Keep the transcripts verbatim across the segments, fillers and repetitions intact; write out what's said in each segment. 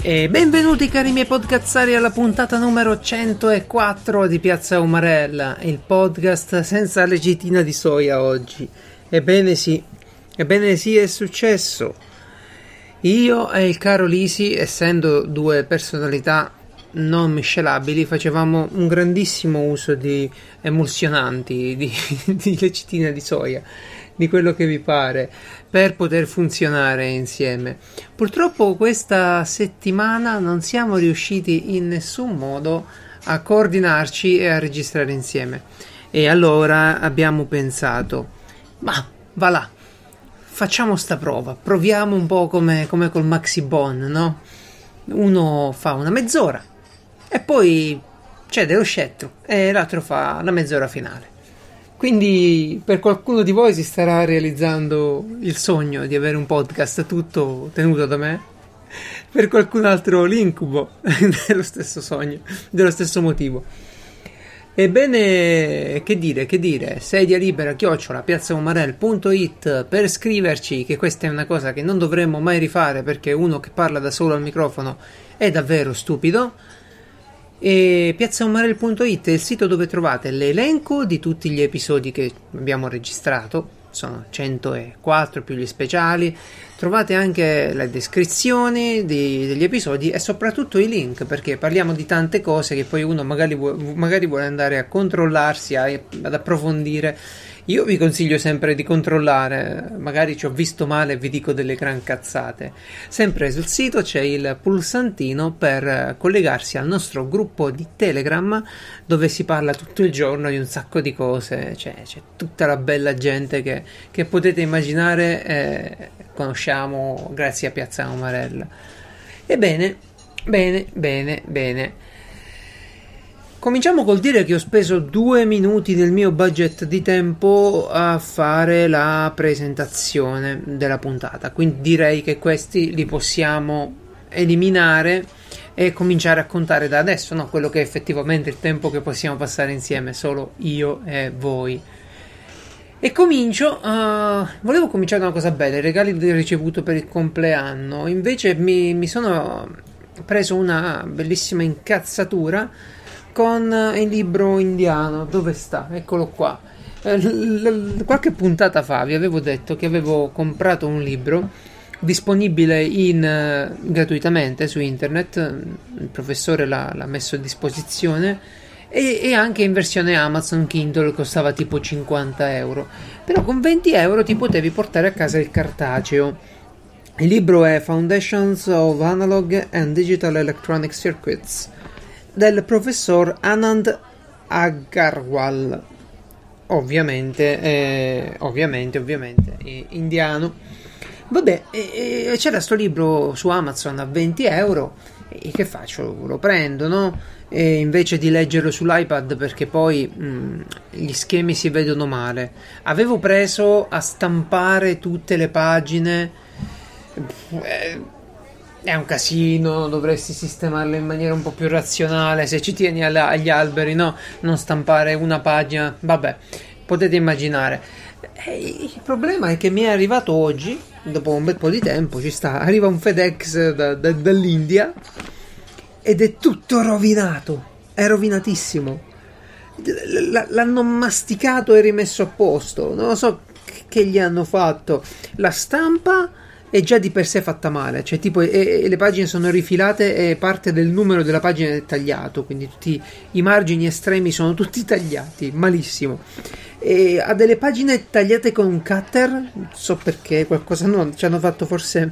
E benvenuti cari miei podcazzari alla puntata numero centoquattro di Piazza Umarella, il podcast senza lecitina di soia oggi. Ebbene sì, ebbene sì, è successo. Io e il caro Lisi, essendo due personalità non miscelabili, facevamo un grandissimo uso di emulsionanti, di, di lecitina di soia, di quello che vi pare, per poter funzionare insieme. Purtroppo questa settimana non siamo riusciti in nessun modo a coordinarci e a registrare insieme, e allora abbiamo pensato, ma va là, facciamo sta prova, proviamo un po' come, come col Maxi Bon, no? Uno fa una mezz'ora e poi cede lo scettro e l'altro fa la mezz'ora finale. Quindi per qualcuno di voi si starà realizzando il sogno di avere un podcast tutto tenuto da me, per qualcun altro l'incubo dello stesso sogno, dello stesso motivo. Ebbene, che dire, che dire, sedia libera chiocciola piazzaumarel punto it per scriverci, che questa è una cosa che non dovremmo mai rifare perché uno che parla da solo al microfono è davvero stupido. E piazzaumarel punto it è il sito dove trovate l'elenco di tutti gli episodi che abbiamo registrato, sono centoquattro più gli speciali. Trovate anche le descrizioni di, degli episodi e soprattutto i link, perché parliamo di tante cose che poi uno magari, vu- magari vuole andare a controllarsi, a, ad approfondire. Io vi consiglio sempre di controllare, magari ci ho visto male e vi dico delle gran cazzate. Sempre sul sito c'è il pulsantino per collegarsi al nostro gruppo di Telegram, dove si parla tutto il giorno di un sacco di cose, c'è, c'è tutta la bella gente che, che potete immaginare, eh, conosciamo grazie a Piazza Umarella. Ebbene, bene, bene, bene. Cominciamo col dire che ho speso due minuti del mio budget di tempo a fare la presentazione della puntata, quindi direi che questi li possiamo eliminare e cominciare a contare da adesso, no? Quello che è effettivamente il tempo che possiamo passare insieme, solo io e voi. E comincio, uh, volevo cominciare da una cosa bella, i regali ricevuto per il compleanno, invece mi, mi sono preso una bellissima incazzatura con il libro indiano. Dove sta? Eccolo qua. Eh, l- l- qualche puntata fa vi avevo detto che avevo comprato un libro disponibile in, uh, gratuitamente su internet, il professore l'ha, l'ha messo a disposizione, e, e anche in versione Amazon Kindle, costava tipo cinquanta euro, però con venti euro ti potevi portare a casa il cartaceo. Il libro è Foundations of Analog and Digital Electronic Circuits del professor Anand Agarwal, ovviamente, eh, ovviamente, ovviamente, eh, indiano. Vabbè, eh, c'era sto libro su Amazon a venti euro, e che faccio? Lo prendo, no? E invece di leggerlo sull'iPad, perché poi mh, gli schemi si vedono male. Avevo preso a stampare tutte le pagine. Eh, È un casino, dovresti sistemarlo in maniera un po' più razionale, se ci tieni alla, agli alberi, no? Non stampare una pagina, vabbè, potete immaginare. E il problema è che mi è arrivato oggi, dopo un bel po' di tempo, ci sta, arriva un FedEx da, da, dall'India ed è tutto rovinato, è rovinatissimo. L- l'hanno masticato e rimesso a posto, non lo so che gli hanno fatto. La stampa è già di per sé fatta male, cioè tipo e, e le pagine sono rifilate e parte del numero della pagina è tagliato, quindi tutti i margini estremi sono tutti tagliati, malissimo. E ha delle pagine tagliate con un cutter, non so perché, qualcosa no, ci hanno fatto forse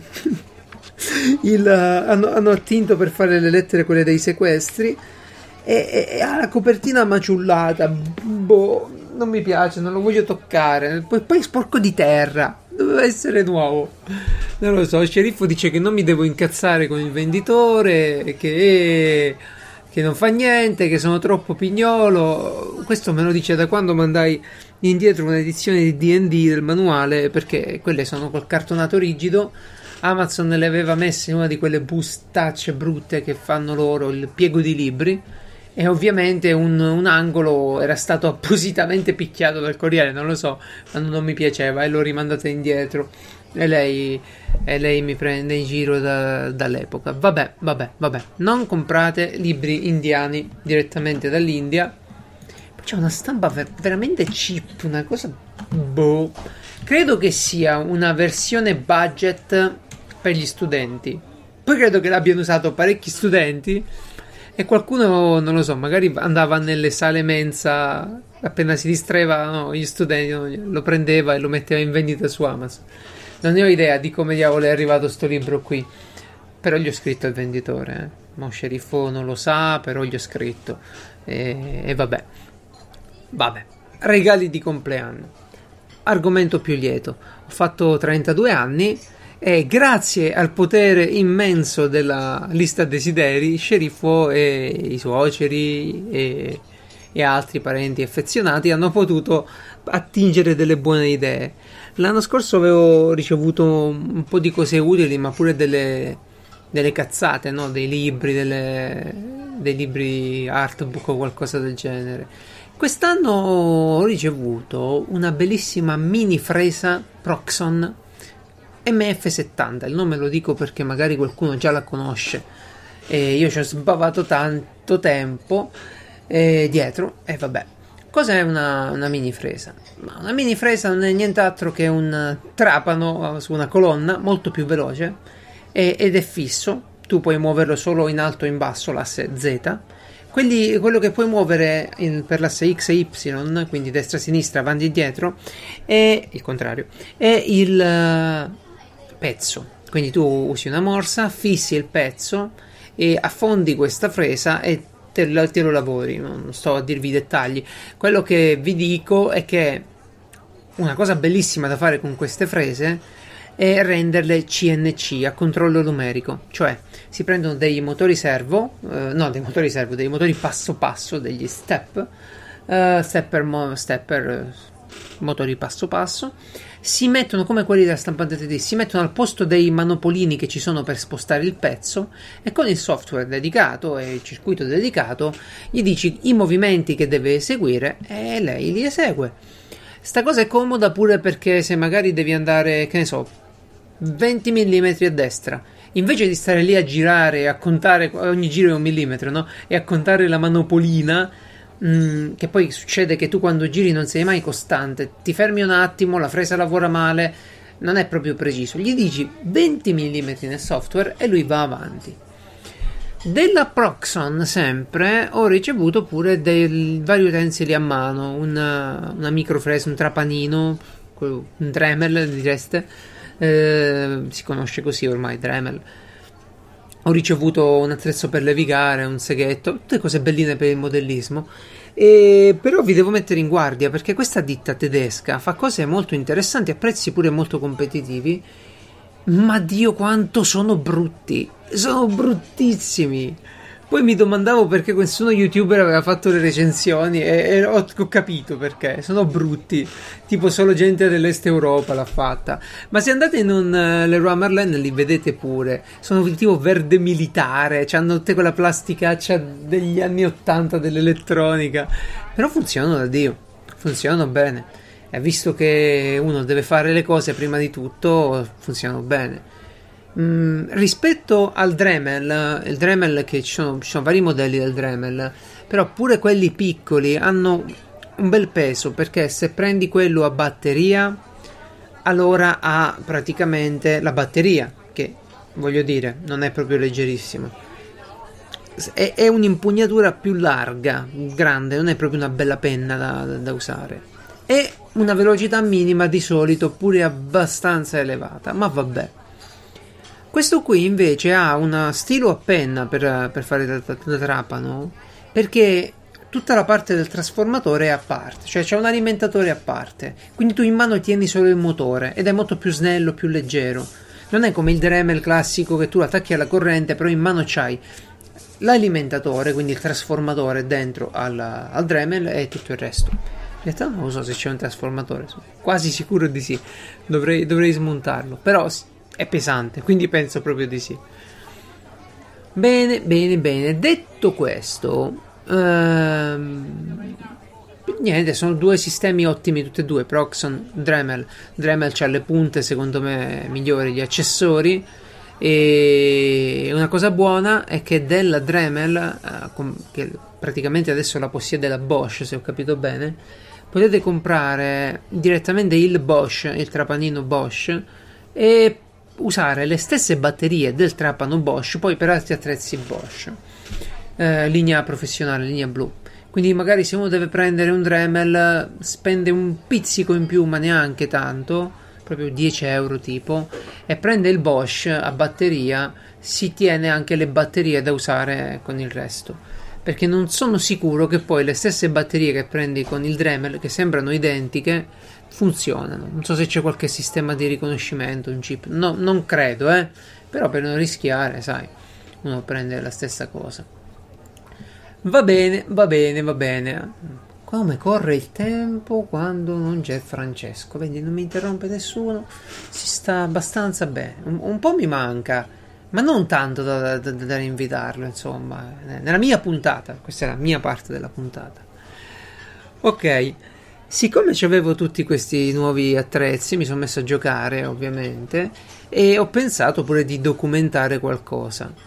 il, hanno, hanno attinto per fare le lettere, quelle dei sequestri, e, e, e ha la copertina maciullata, boh, non mi piace, non lo voglio toccare, poi, poi è sporco di terra, doveva essere nuovo, non lo so. Il sceriffo dice che non mi devo incazzare con il venditore, che, che non fa niente, che sono troppo pignolo. Questo me lo dice da quando mandai indietro un'edizione di D and D del manuale, perché quelle sono col cartonato rigido. Amazon le aveva messe in una di quelle bustacce brutte che fanno loro, il piego di libri, e ovviamente un, un angolo era stato appositamente picchiato dal corriere, non lo so, ma non mi piaceva e l'ho rimandata indietro. E lei, e lei mi prende in giro da, dall'epoca. Vabbè, vabbè, vabbè. Non comprate libri indiani direttamente dall'India. C'è una stampa ver- veramente cheap, una cosa. Boh. Credo che sia una versione budget per gli studenti. Poi credo che l'abbiano usato parecchi studenti. E qualcuno, non lo so, magari andava nelle sale mensa. Appena si distraevano gli studenti, lo prendeva e lo metteva in vendita su Amazon. Non ne ho idea di come diavolo è arrivato sto libro qui. Però gli ho scritto al venditore. Eh. Mo sceriffo non lo sa, però gli ho scritto. E, e vabbè. Vabbè. Regali di compleanno. Argomento più lieto. Ho fatto trentadue anni e grazie al potere immenso della lista desideri, sceriffo e i suoceri e, e altri parenti affezionati hanno potuto attingere delle buone idee. L'anno scorso avevo ricevuto un po' di cose utili, ma pure delle, delle cazzate, no? Dei libri, delle, dei libri artbook o qualcosa del genere. Quest'anno ho ricevuto una bellissima mini fresa Proxon M F settanta. Il nome lo dico perché magari qualcuno già la conosce. E io ci ho sbavato tanto tempo eh, dietro e vabbè. Cos'è una, una mini fresa? Una mini fresa non è nient'altro che un trapano su una colonna molto più veloce e, ed è fisso. Tu puoi muoverlo solo in alto o in basso, l'asse Z. Quelli, quello che puoi muovere in, per l'asse X e Y, quindi destra-sinistra, avanti e dietro, è il contrario, è il uh, pezzo. Quindi tu usi una morsa, fissi il pezzo e affondi questa fresa e Te lo, te lo lavori, non sto a dirvi i dettagli. Quello che vi dico è che una cosa bellissima da fare con queste frese è renderle C N C, a controllo numerico, cioè si prendono dei motori servo, eh, no dei motori servo, dei motori passo passo, degli step, eh, stepper, mo, stepper, motori passo passo, si mettono come quelli della stampante tre D, si mettono al posto dei manopolini che ci sono per spostare il pezzo e con il software dedicato e il circuito dedicato gli dici i movimenti che deve eseguire e lei li esegue. Sta cosa è comoda pure perché se magari devi andare, che ne so, venti millimetri a destra, invece di stare lì a girare e a contare, ogni giro è un millimetro, no? E a contare la manopolina, Mm, che poi succede che tu quando giri non sei mai costante, ti fermi un attimo, la fresa lavora male, non è proprio preciso, gli dici venti millimetri nel software e lui va avanti. Della Proxon sempre ho ricevuto pure dei vari utensili a mano, una, una microfresa, un trapanino, un Dremel direste, eh, si conosce così ormai Dremel. Ho ricevuto un attrezzo per levigare, un seghetto, tutte cose belline per il modellismo. E però vi devo mettere in guardia perché questa ditta tedesca fa cose molto interessanti a prezzi pure molto competitivi. Ma Dio quanto sono brutti! Sono bruttissimi! Poi mi domandavo perché nessuno youtuber aveva fatto le recensioni e, e ho, ho capito perché. Sono brutti. Tipo solo gente dell'Est Europa l'ha fatta. Ma se andate in un uh, Leroy Merlin li vedete pure. Sono tipo verde militare. Hanno tutta quella plasticaccia degli anni ottanta dell'elettronica. Però funzionano da Dio. Funzionano bene. E visto che uno deve fare le cose prima di tutto, funzionano bene. Mm, rispetto al Dremel, il Dremel che ci sono, ci sono vari modelli del Dremel, però pure quelli piccoli hanno un bel peso perché se prendi quello a batteria, allora ha praticamente la batteria, che voglio dire non è proprio leggerissimo, è, è un'impugnatura più larga, grande, non è proprio una bella penna da, da, da usare, e una velocità minima di solito pure abbastanza elevata, ma vabbè. Questo qui invece ha uno stilo a penna per, per fare da, da, da trapano, perché tutta la parte del trasformatore è a parte, cioè c'è un alimentatore a parte, quindi tu in mano tieni solo il motore ed è molto più snello, più leggero. Non è come il Dremel classico che tu attacchi alla corrente, però in mano c'hai l'alimentatore, quindi il trasformatore dentro al, al Dremel e tutto il resto. In realtà non lo so se c'è un trasformatore, sono quasi sicuro di sì, dovrei, dovrei smontarlo, però è pesante, quindi penso proprio di sì. Bene, bene, bene. Detto questo, ehm, niente, sono due sistemi ottimi tutti e due, Proxon, Dremel. Dremel c'ha le punte secondo me migliori, gli accessori, e una cosa buona è che della Dremel, eh, com- che praticamente adesso la possiede la Bosch, se ho capito bene, potete comprare direttamente il Bosch, il trapanino Bosch, e usare le stesse batterie del trapano Bosch poi per altri attrezzi Bosch, eh, linea professionale, linea blu. Quindi magari se uno deve prendere un Dremel spende un pizzico in più, ma neanche tanto, proprio dieci euro tipo, e prende il Bosch a batteria, si tiene anche le batterie da usare con il resto, perché non sono sicuro che poi le stesse batterie che prendi con il Dremel, che sembrano identiche, funzionano. Non so se c'è qualche sistema di riconoscimento, un chip, no, non credo, eh, però per non rischiare, sai, uno prende la stessa cosa. Va bene, va bene, va bene. Come corre il tempo quando non c'è Francesco? Vedi, non mi interrompe nessuno, si sta abbastanza bene. Un, un po' mi manca, ma non tanto da, da, da rinvitarlo, insomma, nella mia puntata. Questa è la mia parte della puntata. Ok, siccome avevo tutti questi nuovi attrezzi, mi sono messo a giocare, ovviamente, e ho pensato pure di documentare qualcosa.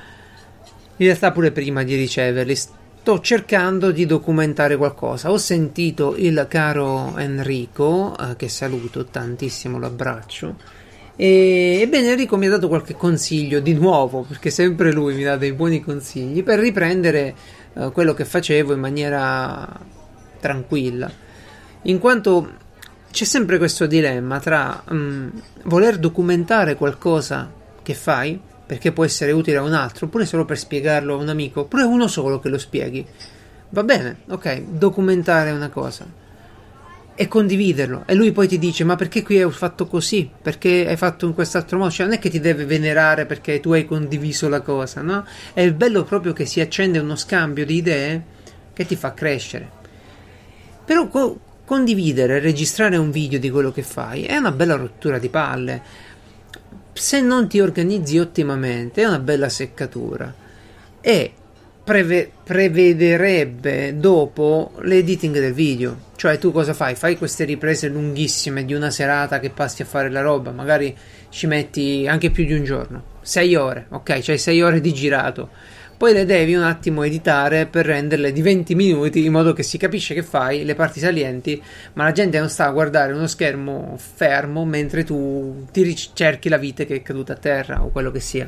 In realtà pure prima di riceverli sto cercando di documentare qualcosa. Ho sentito il caro Enrico, eh, che saluto tantissimo, l'abbraccio, e ebbene Enrico mi ha dato qualche consiglio di nuovo, perché sempre lui mi dà dei buoni consigli per riprendere eh, quello che facevo in maniera tranquilla, in quanto c'è sempre questo dilemma tra mh, voler documentare qualcosa che fai perché può essere utile a un altro, oppure solo per spiegarlo a un amico, oppure uno solo che lo spieghi. Va bene, ok, documentare una cosa e condividerlo, e lui poi ti dice: ma perché qui hai fatto così? Perché hai fatto in quest'altro modo? Cioè non è che ti deve venerare perché tu hai condiviso la cosa, no? È il bello proprio che si accende uno scambio di idee che ti fa crescere. Però co- condividere, registrare un video di quello che fai è una bella rottura di palle. Se non ti organizzi ottimamente è una bella seccatura, e preve- prevederebbe dopo l'editing del video. Cioè tu cosa fai? Fai queste riprese lunghissime di una serata che passi a fare la roba, magari ci metti anche più di un giorno, sei ore, ok, c'hai sei ore di girato, poi le devi un attimo editare per renderle di venti minuti, in modo che si capisce che fai le parti salienti, ma la gente non sta a guardare uno schermo fermo mentre tu ti ricerchi la vite che è caduta a terra o quello che sia.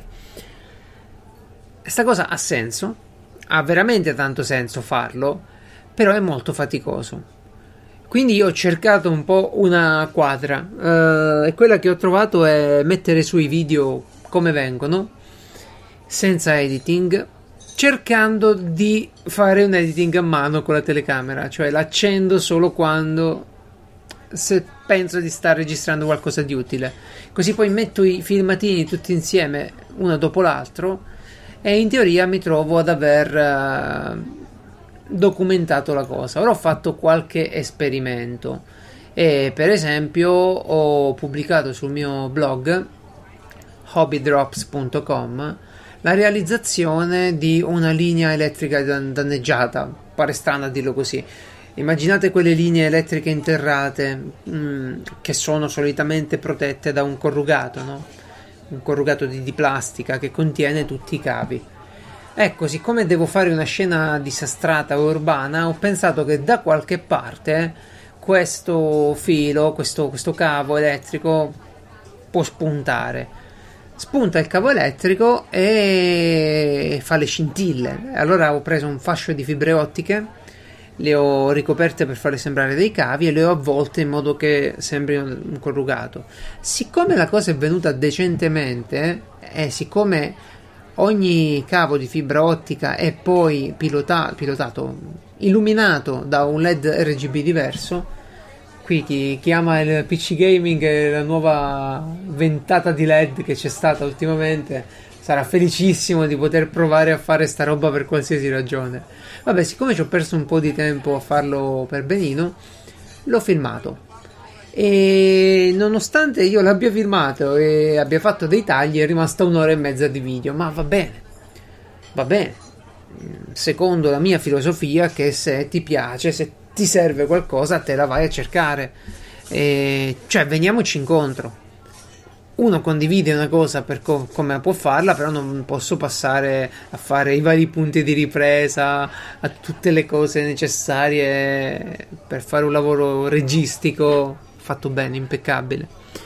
Questa cosa ha senso, ha veramente tanto senso farlo, però è molto faticoso. Quindi io ho cercato un po' una quadra, uh, e quella che ho trovato è mettere sui video come vengono, senza editing, cercando di fare un editing a mano con la telecamera, cioè l'accendo solo quando se penso di star registrando qualcosa di utile, così poi metto i filmatini tutti insieme uno dopo l'altro e in teoria mi trovo ad aver uh, documentato la cosa. Ora ho fatto qualche esperimento e per esempio ho pubblicato sul mio blog hobbydrops punto com la realizzazione di una linea elettrica danneggiata. Pare strano a dirlo così. Immaginate quelle linee elettriche interrate mh, che sono solitamente protette da un corrugato, no? Un corrugato di, di plastica che contiene tutti i cavi. Ecco, siccome devo fare una scena disastrata urbana, ho pensato che da qualche parte questo filo, questo, questo cavo elettrico può spuntare. Spunta il cavo elettrico e fa le scintille. Allora ho preso un fascio di fibre ottiche, le ho ricoperte per farle sembrare dei cavi e le ho avvolte in modo che sembri un corrugato. Siccome la cosa è venuta decentemente e siccome ogni cavo di fibra ottica è poi pilota- pilotato, illuminato da un led R G B diverso, qui chi, chi ama il P C gaming e la nuova ventata di led che c'è stata ultimamente sarà felicissimo di poter provare a fare sta roba per qualsiasi ragione. Vabbè, siccome ci ho perso un po' di tempo a farlo per benino, l'ho filmato e nonostante io l'abbia filmato e abbia fatto dei tagli è rimasta un'ora e mezza di video, ma va bene, va bene, secondo la mia filosofia, che se ti piace, se ti serve qualcosa, te la vai a cercare. E, cioè, veniamoci incontro. Uno condivide una cosa per co- come può farla, però non posso passare a fare i vari punti di ripresa, a tutte le cose necessarie per fare un lavoro registico fatto bene, impeccabile.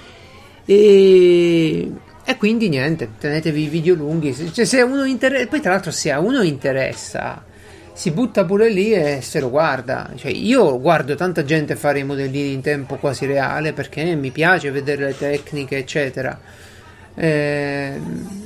E, e quindi niente, tenetevi i video lunghi. Cioè, se uno interessa, poi tra l'altro, se a uno interessa, si butta pure lì e se lo guarda. Cioè, io guardo tanta gente fare i modellini in tempo quasi reale perché mi piace vedere le tecniche, eccetera. Eh,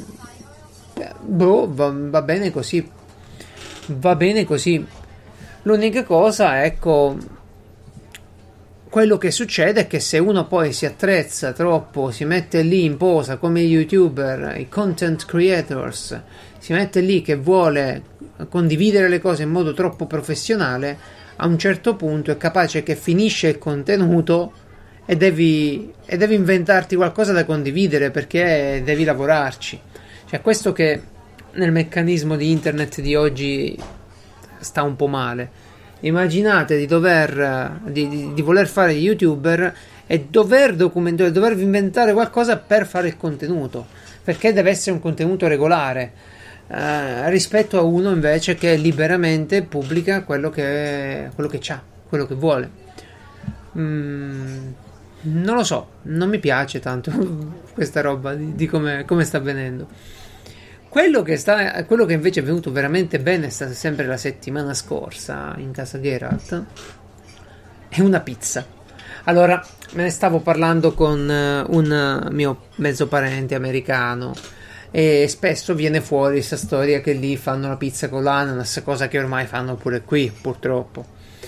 boh, va, va bene così. Va bene così. L'unica cosa, ecco, quello che succede è che se uno poi si attrezza troppo, si mette lì in posa come gli youtuber, i content creators, si mette lì che vuole condividere le cose in modo troppo professionale, a un certo punto è capace che finisce il contenuto e devi, e devi inventarti qualcosa da condividere perché devi lavorarci. Cioè, questo che nel meccanismo di internet di oggi sta un po' male. Immaginate di dover di, di, di voler fare gli youtuber e dover documentare, dovervi inventare qualcosa per fare il contenuto, perché deve essere un contenuto regolare, eh, rispetto a uno invece che liberamente pubblica quello che quello che c'ha, quello che vuole. Mm, non lo so, non mi piace tanto questa roba di, di come, come sta avvenendo. Quello che, sta, quello che invece è venuto veramente bene è stata sempre la settimana scorsa in casa Geralt, è una pizza. Allora, me ne stavo parlando con un mio mezzo parente americano e spesso viene fuori questa storia che lì fanno la pizza con l'ananas, cosa che ormai fanno pure qui, purtroppo.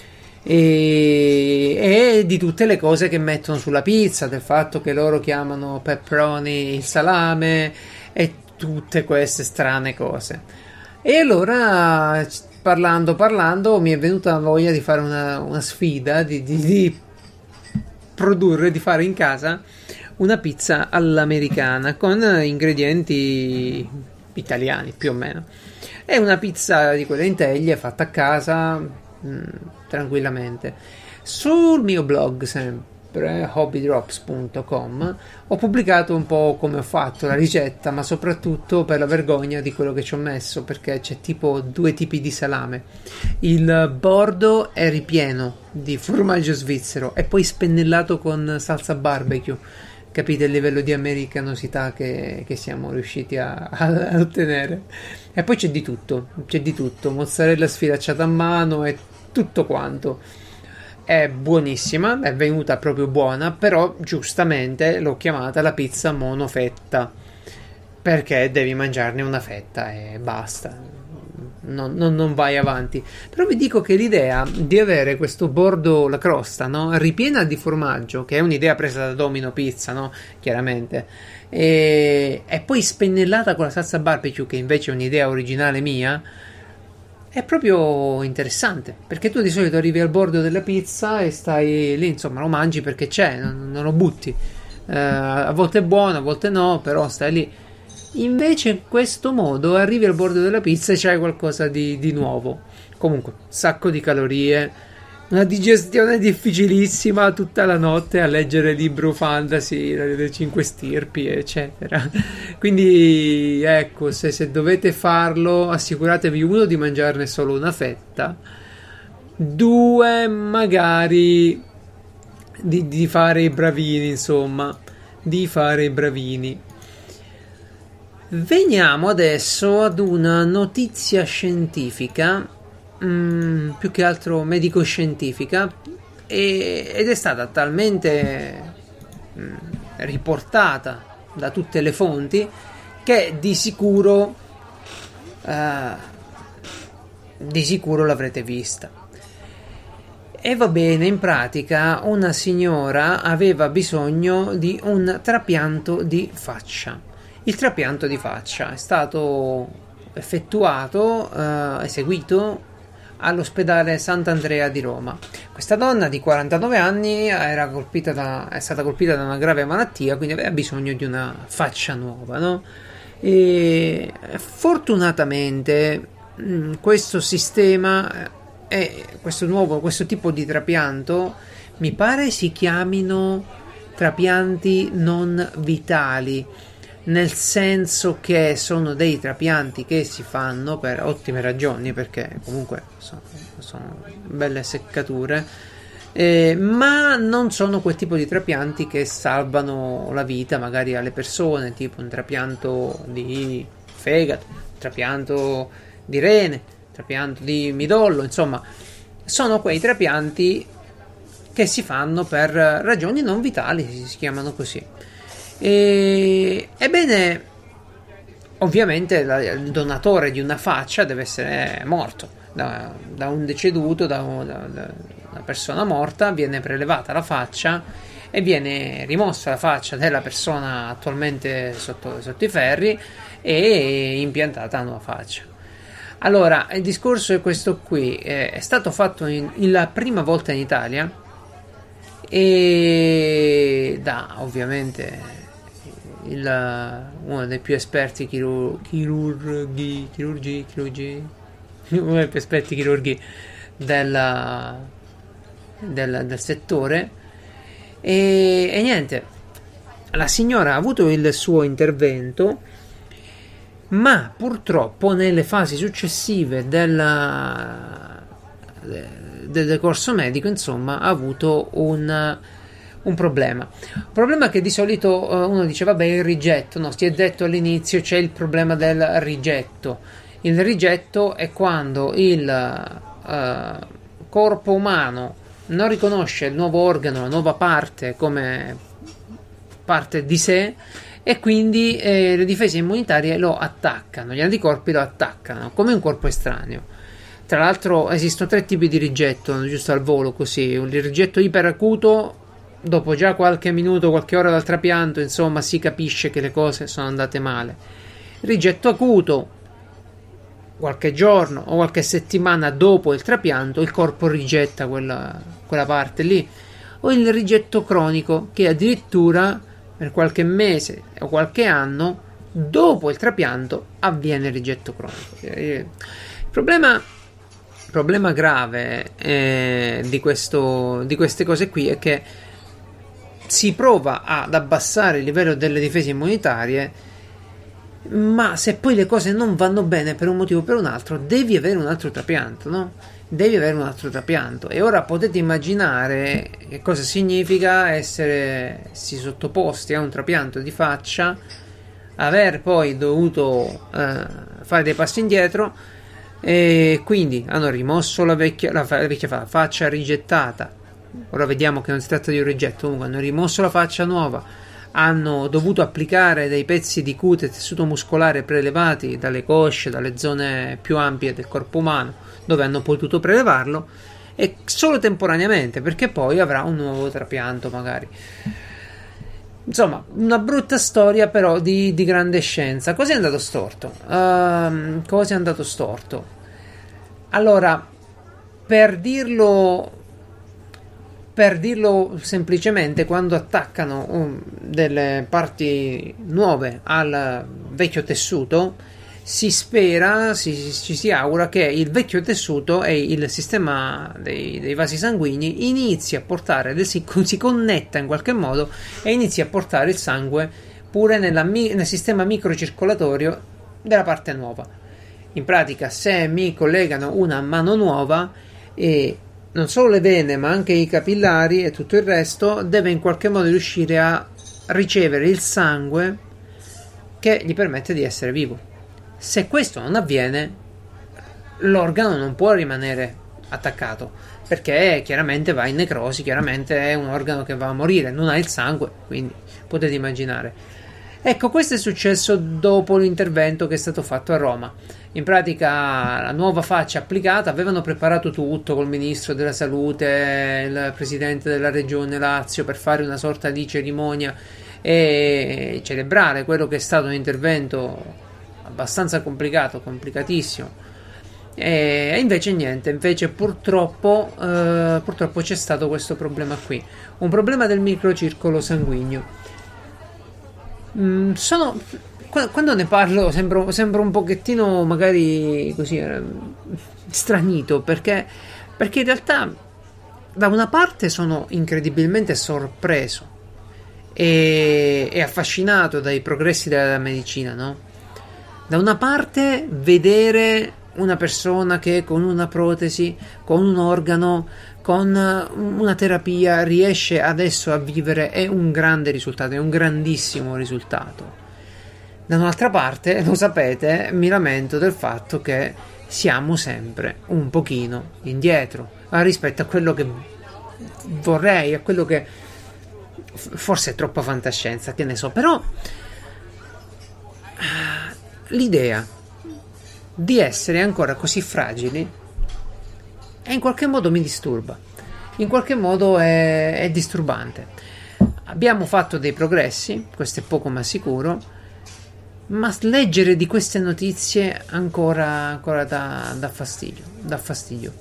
E, e di tutte le cose che mettono sulla pizza, del fatto che loro chiamano pepperoni il salame e tutte queste strane cose. E allora, parlando parlando, mi è venuta voglia di fare una, una sfida, di, di, di produrre, di fare in casa una pizza all'americana con ingredienti italiani più o meno. È una pizza di quelle in teglia fatta a casa, mh, tranquillamente. Sul mio blog sempre hobby drops punto com ho pubblicato un po' come ho fatto la ricetta, ma soprattutto per la vergogna di quello che ci ho messo, perché c'è tipo due tipi di salame. Il bordo è ripieno di formaggio svizzero e poi spennellato con salsa barbecue. Capite il livello di americanosità che, che siamo riusciti a, a ottenere. E poi c'è di tutto, c'è di tutto, mozzarella sfilacciata a mano e tutto quanto. È buonissima, è venuta proprio buona, però giustamente l'ho chiamata la pizza monofetta, perché devi mangiarne una fetta e basta, non, non, non vai avanti. Però vi dico che l'idea di avere questo bordo, la crosta, no, ripiena di formaggio, che è un'idea presa da Domino Pizza, no, chiaramente, e, e poi spennellata con la salsa barbecue, che invece è un'idea originale mia, è proprio interessante, perché tu di solito arrivi al bordo della pizza e stai lì, insomma, lo mangi perché c'è, non, non lo butti. Eh, a volte è buono, a volte no, però stai lì. Invece in questo modo arrivi al bordo della pizza e c'hai qualcosa di, di nuovo. Comunque, sacco di calorie, una digestione difficilissima tutta la notte a leggere libro fantasy delle cinque stirpi, eccetera. Quindi ecco, se, se dovete farlo, assicuratevi, uno, di mangiarne solo una fetta, due, magari di, di fare i bravini, insomma, di fare i bravini. Veniamo adesso ad una notizia scientifica, mm, più che altro medico-scientifica, e, ed è stata talmente mm, riportata da tutte le fonti che di sicuro uh, di sicuro l'avrete vista. E va bene, in pratica una signora aveva bisogno di un trapianto di faccia. Il trapianto di faccia è stato effettuato, uh, eseguito all'ospedale Sant'Andrea di Roma. Questa donna di quarantanove anni era colpita da, è stata colpita da una grave malattia, quindi aveva bisogno di una faccia nuova, no? E fortunatamente mh, questo sistema e questo nuovo, questo tipo di trapianto mi pare si chiamino trapianti non vitali, nel senso che sono dei trapianti che si fanno per ottime ragioni, perché comunque sono, sono belle seccature, eh, ma non sono quel tipo di trapianti che salvano la vita magari alle persone, tipo un trapianto di fegato, un trapianto di rene, un trapianto di midollo, insomma sono quei trapianti che si fanno per ragioni non vitali, si chiamano così. E, ebbene, ovviamente la, il donatore di una faccia deve essere morto da, da un deceduto, da, da, da una persona morta. Viene prelevata la faccia e viene rimossa la faccia della persona attualmente sotto, sotto i ferri e impiantata una nuova faccia. Allora, il discorso è questo qui, è, è stato fatto in, in la prima volta in Italia e da ovviamente il, uno dei più esperti chirur- chirurghi chirurgi chirurgi uno dei più esperti chirurghi della, del, del settore e, e niente, la signora ha avuto il suo intervento, ma purtroppo nelle fasi successive della del decorso medico, insomma, ha avuto un, un problema. Un problema che di solito uh, uno dice, vabbè, il rigetto, no, si è detto all'inizio c'è il problema del rigetto. Il rigetto è quando il uh, corpo umano non riconosce il nuovo organo, la nuova parte come parte di sé e quindi eh, le difese immunitarie lo attaccano, gli anticorpi lo attaccano come un corpo estraneo. Tra l'altro esistono tre tipi di rigetto, giusto al volo così: il rigetto iperacuto, dopo già qualche minuto, qualche ora dal trapianto, insomma, si capisce che le cose sono andate male. Il rigetto acuto, qualche giorno o qualche settimana dopo il trapianto, il corpo rigetta quella, quella parte lì. O il rigetto cronico, che addirittura per qualche mese o qualche anno dopo il trapianto avviene il rigetto cronico. Il problema Il problema grave eh, di, questo, di queste cose qui è che si prova ad abbassare il livello delle difese immunitarie, ma se poi le cose non vanno bene per un motivo o per un altro, devi avere un altro trapianto, no? Devi avere un altro trapianto. E ora potete immaginare che cosa significa essere si sottoposti a un trapianto di faccia, aver poi dovuto eh, fare dei passi indietro. E quindi hanno rimosso la vecchia, la vecchia la faccia rigettata. Ora vediamo che non si tratta di un rigetto, comunque hanno rimosso la faccia nuova, hanno dovuto applicare dei pezzi di cute e tessuto muscolare prelevati dalle cosce, dalle zone più ampie del corpo umano dove hanno potuto prelevarlo, e solo temporaneamente, perché poi avrà un nuovo trapianto magari. Insomma, una brutta storia però di, di grande scienza. Cosa è andato storto? Uh, cosa è andato storto? Allora, per dirlo per dirlo semplicemente, quando attaccano um, delle parti nuove al vecchio tessuto, si spera, si, ci si augura che il vecchio tessuto e il sistema dei, dei vasi sanguigni inizi a portare, si, si connetta in qualche modo e inizi a portare il sangue pure nella, nel sistema microcircolatorio della parte nuova. In pratica, se mi collegano una mano nuova, e non solo le vene ma anche i capillari e tutto il resto, deve in qualche modo riuscire a ricevere il sangue che gli permette di essere vivo. Se questo non avviene, l'organo non può rimanere attaccato, perché chiaramente va in necrosi, chiaramente è un organo che va a morire, non ha il sangue, quindi potete immaginare. Ecco, questo è successo dopo l'intervento che è stato fatto a Roma. In pratica, la nuova faccia applicata, avevano preparato tutto col ministro della salute, il presidente della regione Lazio, per fare una sorta di cerimonia e celebrare quello che è stato un intervento abbastanza complicato, complicatissimo, e invece niente, invece purtroppo eh, purtroppo c'è stato questo problema qui, un problema del microcircolo sanguigno. Mm, sono quando ne parlo sembro, sembro un pochettino magari così eh, stranito, perché Perché in realtà da una parte sono incredibilmente sorpreso e, e affascinato dai progressi della medicina, no? Da una parte vedere una persona che con una protesi, con un organo, con una terapia riesce adesso a vivere è un grande risultato, è un grandissimo risultato. Da un'altra parte, lo sapete, mi lamento del fatto che siamo sempre un pochino indietro rispetto a quello che vorrei, a quello che forse è troppa fantascienza, che ne so, però l'idea di essere ancora così fragili e in qualche modo mi disturba, in qualche modo è, è disturbante. Abbiamo fatto dei progressi, questo è poco ma sicuro, ma leggere di queste notizie ancora, ancora dà, dà fastidio, dà fastidio.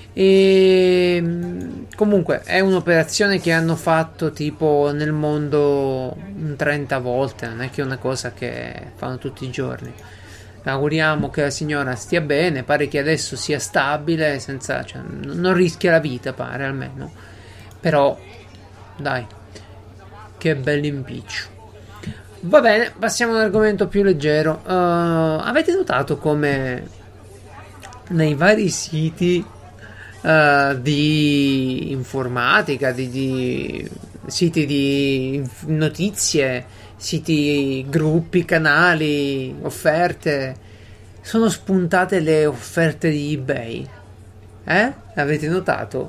E comunque è un'operazione che hanno fatto tipo nel mondo trenta volte, non è che è una cosa che fanno tutti i giorni. Auguriamo che la signora stia bene, pare che adesso sia stabile, senza, cioè, non rischia la vita, pare almeno. Però, dai, che bell'impiccio. Va bene, passiamo a un argomento più leggero. Uh, avete notato come nei vari siti uh, di informatica, di, di siti di notizie, siti, gruppi, canali, offerte, sono spuntate le offerte di eBay? Eh? Avete notato?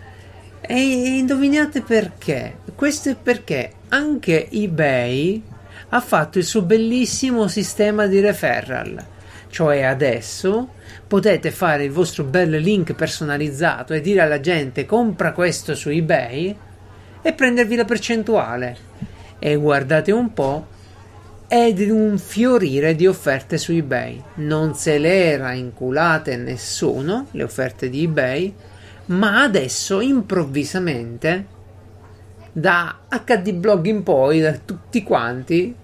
E indovinate perché? Questo è perché anche eBay ha fatto il suo bellissimo sistema di referral, cioè adesso potete fare il vostro bel link personalizzato e dire alla gente compra questo su eBay e prendervi la percentuale. E guardate un po', è di un fiorire di offerte su eBay. Non se le era inculate nessuno le offerte di eBay, ma adesso improvvisamente da acca di blog in poi, da tutti quanti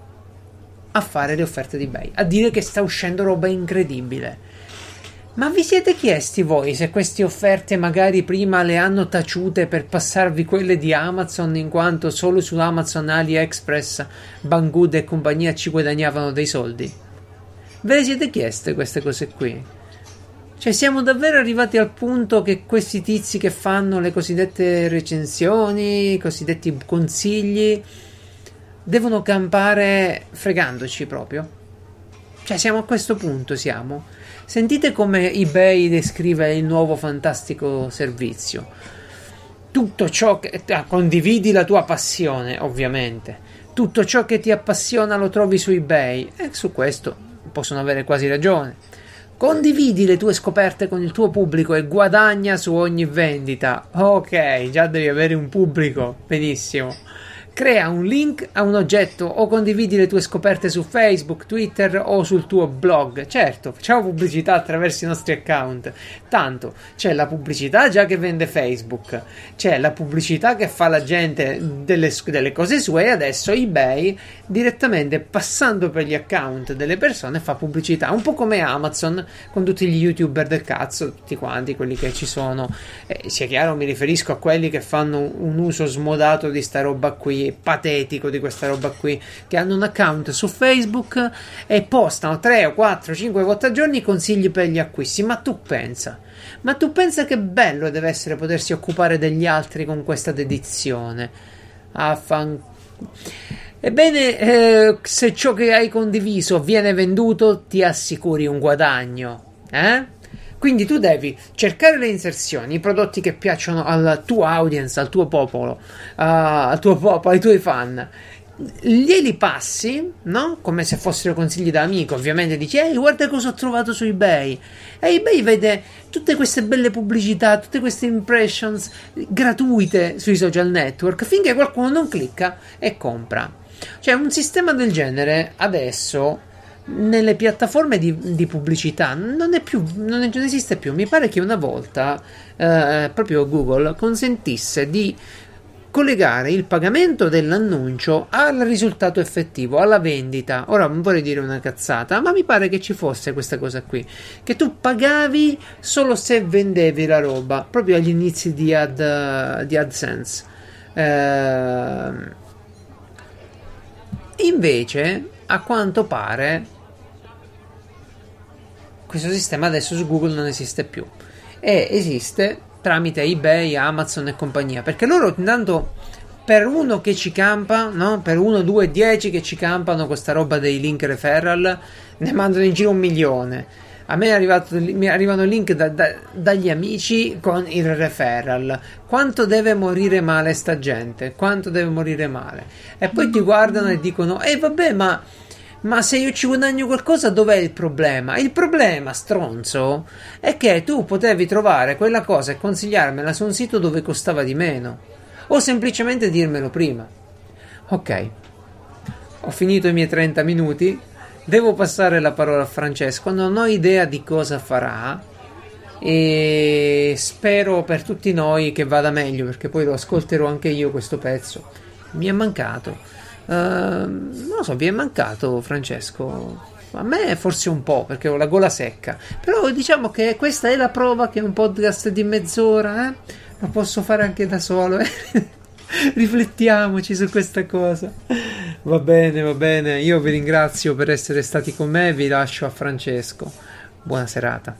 a fare le offerte di eBay, a dire che sta uscendo roba incredibile. Ma vi siete chiesti voi se queste offerte magari prima le hanno taciute per passarvi quelle di Amazon, in quanto solo su Amazon, AliExpress, Banggood e compagnia ci guadagnavano dei soldi? Ve le siete chieste queste cose qui? Cioè, siamo davvero arrivati al punto che questi tizi che fanno le cosiddette recensioni, i cosiddetti consigli, devono campare fregandoci proprio? Cioè, siamo a questo punto, siamo. Sentite come eBay descrive il nuovo fantastico servizio. Tutto ciò che... Ah, condividi la tua passione, ovviamente. Tutto ciò che ti appassiona lo trovi su eBay. E su questo possono avere quasi ragione. Condividi le tue scoperte con il tuo pubblico e guadagna su ogni vendita. Ok, già devi avere un pubblico. Benissimo. Crea un link a un oggetto o condividi le tue scoperte su Facebook, Twitter o sul tuo blog. Certo, facciamo pubblicità attraverso i nostri account. Tanto c'è la pubblicità già che vende Facebook, c'è la pubblicità che fa la gente delle, delle cose sue, e adesso eBay direttamente passando per gli account delle persone fa pubblicità, un po' come Amazon con tutti gli YouTuber del cazzo, tutti quanti quelli che ci sono. Eh, sia chiaro, mi riferisco a quelli che fanno un uso smodato di sta roba qui, patetico di questa roba qui, che hanno un account su Facebook e postano tre o quattro cinque volte al giorno i consigli per gli acquisti. Ma tu pensa ma tu pensa che bello deve essere potersi occupare degli altri con questa dedizione. Affan... Ebbene, eh, se ciò che hai condiviso viene venduto, ti assicuri un guadagno, eh? Quindi tu devi cercare le inserzioni, i prodotti che piacciono alla tua audience, al tuo popolo, uh, al tuo popolo, ai tuoi fan. Glieli passi, no? Come se fossero consigli da amico. Ovviamente dici, ehi, guarda cosa ho trovato su eBay. E eBay vede tutte queste belle pubblicità, tutte queste impressions gratuite sui social network, finché qualcuno non clicca e compra. Cioè, un sistema del genere adesso nelle piattaforme di, di pubblicità non è più, non, è, non esiste più. Mi pare che una volta eh, proprio Google consentisse di collegare il pagamento dell'annuncio al risultato effettivo, alla vendita. Ora non vorrei dire una cazzata, ma mi pare che ci fosse questa cosa qui, che tu pagavi solo se vendevi la roba, proprio agli inizi di, ad, di AdSense. Eh, invece, a quanto pare, questo sistema adesso su Google non esiste più, e esiste tramite eBay, Amazon e compagnia, perché loro intanto per uno che ci campa, no? Per uno, due, dieci che ci campano questa roba dei link referral, ne mandano in giro un milione. A me è arrivato, mi arrivano link da, da, dagli amici con il referral. Quanto deve morire male sta gente? Quanto deve morire male? E poi ti guardano e dicono: eh vabbè, ma Ma se io ci guadagno qualcosa, dov'è il problema? Il problema, stronzo, è che tu potevi trovare quella cosa e consigliarmela su un sito dove costava di meno, o semplicemente dirmelo prima. Ok, ho finito i miei trenta minuti, devo passare la parola a Francesco, non ho idea di cosa farà e spero per tutti noi che vada meglio, perché poi lo ascolterò anche io questo pezzo. Mi è mancato. Uh, non lo so, vi è mancato Francesco? A me forse un po', perché ho la gola secca, però diciamo che questa è la prova che un podcast di mezz'ora eh? lo posso fare anche da solo eh? Riflettiamoci su questa cosa. Va bene, va bene, io vi ringrazio per essere stati con me, vi lascio a Francesco. Buona serata.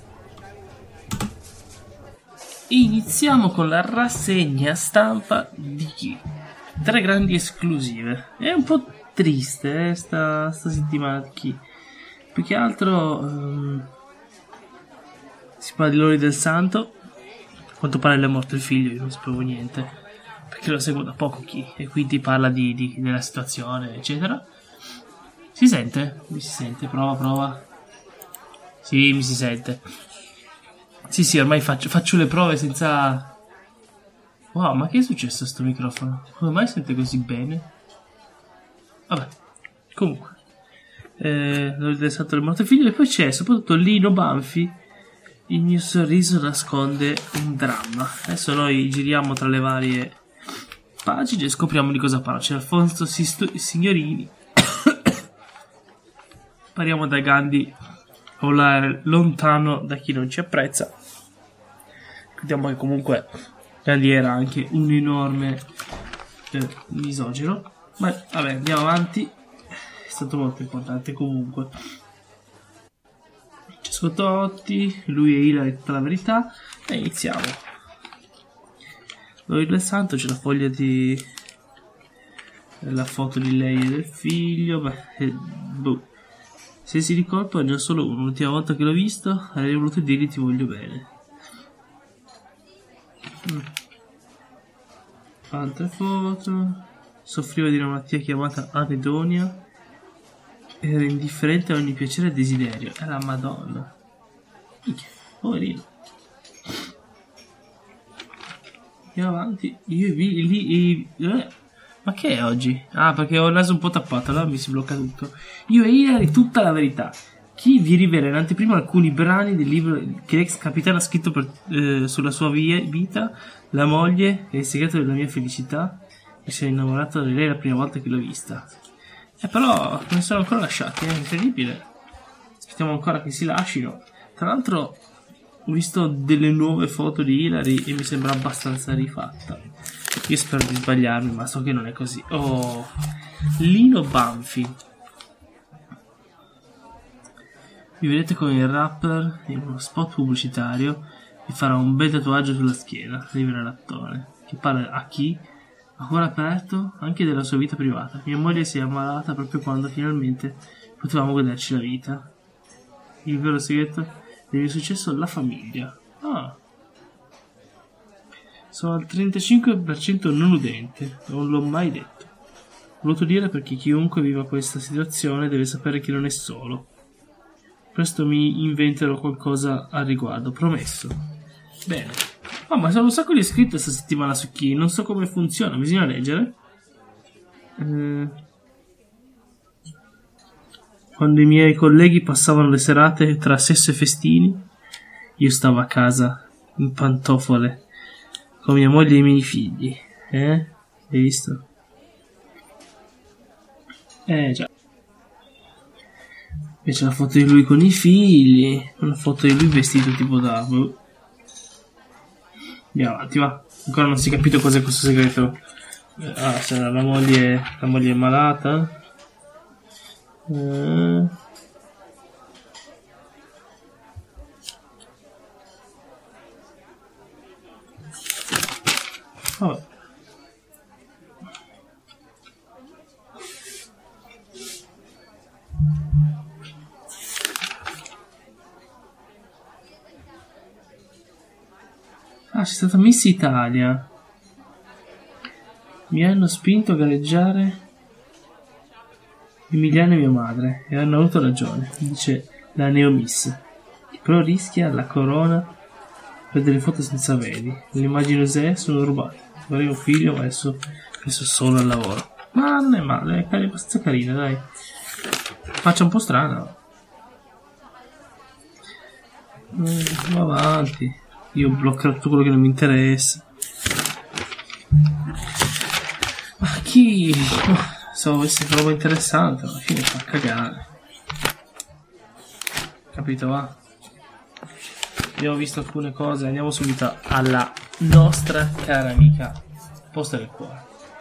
Iniziamo con la rassegna stampa di chi? Tre grandi esclusive. È un po' triste eh, sta, sta settimana di chi. Più che altro um, si parla di Lori del Santo. A quanto pare le è morto il figlio, io non sapevo niente, perché lo seguo da poco chi. E quindi parla di, di, della situazione, eccetera. Si sente? Mi si sente? Prova, prova. Sì, mi si sente. Sì, sì, ormai faccio, faccio le prove senza... Wow, ma che è successo a sto microfono? Come mai sente così bene? Vabbè, comunque. Eh, l'ho interessato il morto figlio. E poi c'è soprattutto Lino Banfi. Il mio sorriso nasconde un dramma. Adesso noi giriamo tra le varie pagine e scopriamo di cosa parla. C'è Alfonso Sisto- Signorini. Pariamo da Gandhi, volare lontano da chi non ci apprezza. Vediamo che comunque Gandhi era anche un enorme eh, misogino. Ma vabbè, andiamo avanti. È stato molto importante comunque. C'è Scototti, lui e Ilari, tutta la verità. E iniziamo. Lori del Santo, c'è la foglia di... la foto di lei e del figlio. Beh, eh, boh. Se si ricorda è già solo uno. L'ultima volta che l'ho visto avrei voluto dirgli ti voglio bene. Mm. Altre foto. Soffriva di una malattia chiamata anedonia. Era indifferente a ogni piacere e desiderio. È la Madonna. Minchia, poverino. Andiamo avanti. Io vi lì. Eh. Ma che è oggi? Ah, perché ho il naso un po' tappato, allora mi si blocca tutto. Io e Hilary, tutta la verità. Chi vi rivela in anteprima alcuni brani del libro che l'ex capitano ha scritto per, eh, sulla sua via, vita, la moglie e il segreto della mia felicità. Mi sono innamorato di lei la prima volta che l'ho vista. Eh, però non sono ancora lasciati, è eh? incredibile. Aspettiamo ancora che si lasciino. Tra l'altro ho visto delle nuove foto di Hilary e mi sembra abbastanza rifatta. Io spero di sbagliarmi, ma so che non è così. Oh, Lino Banfi. Vi vedete con il rapper in uno spot pubblicitario. Vi farà un bel tatuaggio sulla schiena. Rivela l'attore, che parla a chi? A cuore aperto anche della sua vita privata. Mia moglie si è ammalata proprio quando finalmente potevamo goderci la vita. Il vero segreto del mio successo, la famiglia. Ah. Sono al trentacinque per cento non udente, non l'ho mai detto. Ho voluto dire perché chiunque viva questa situazione deve sapere che non è solo. Presto mi inventerò qualcosa al riguardo, promesso. Bene. Oh, ma sono un sacco di iscritti questa settimana su chi, non so come funziona, bisogna leggere. Eh... Quando i miei colleghi passavano le serate tra sesso e festini, io stavo a casa, in pantofole, con mia moglie e i miei figli, eh? Hai visto? Eh già. Invece la foto di lui con i figli, una foto di lui vestito tipo da... Andiamo avanti, va. Ancora non si è capito cos'è questo segreto. Ah, se la moglie, la moglie è malata. Eh... Vabbè. Ah, c'è stata Miss Italia. Mi hanno spinto a gareggiare Emiliano e mia madre e hanno avuto ragione, dice la Neo Miss, che però rischia la corona per delle foto senza vedi. Le immagini se sono rubate. Vorrei un figlio, ma adesso penso solo al lavoro. Ma non è male, è abbastanza carina, dai. Faccia un po' strana. Va avanti. Io bloccherò tutto quello che non mi interessa. Ma chi... So, avesse roba interessante, alla fine fa cagare. Capito, va? Abbiamo visto alcune cose, andiamo subito alla nostra cara amica Posta del Cuore.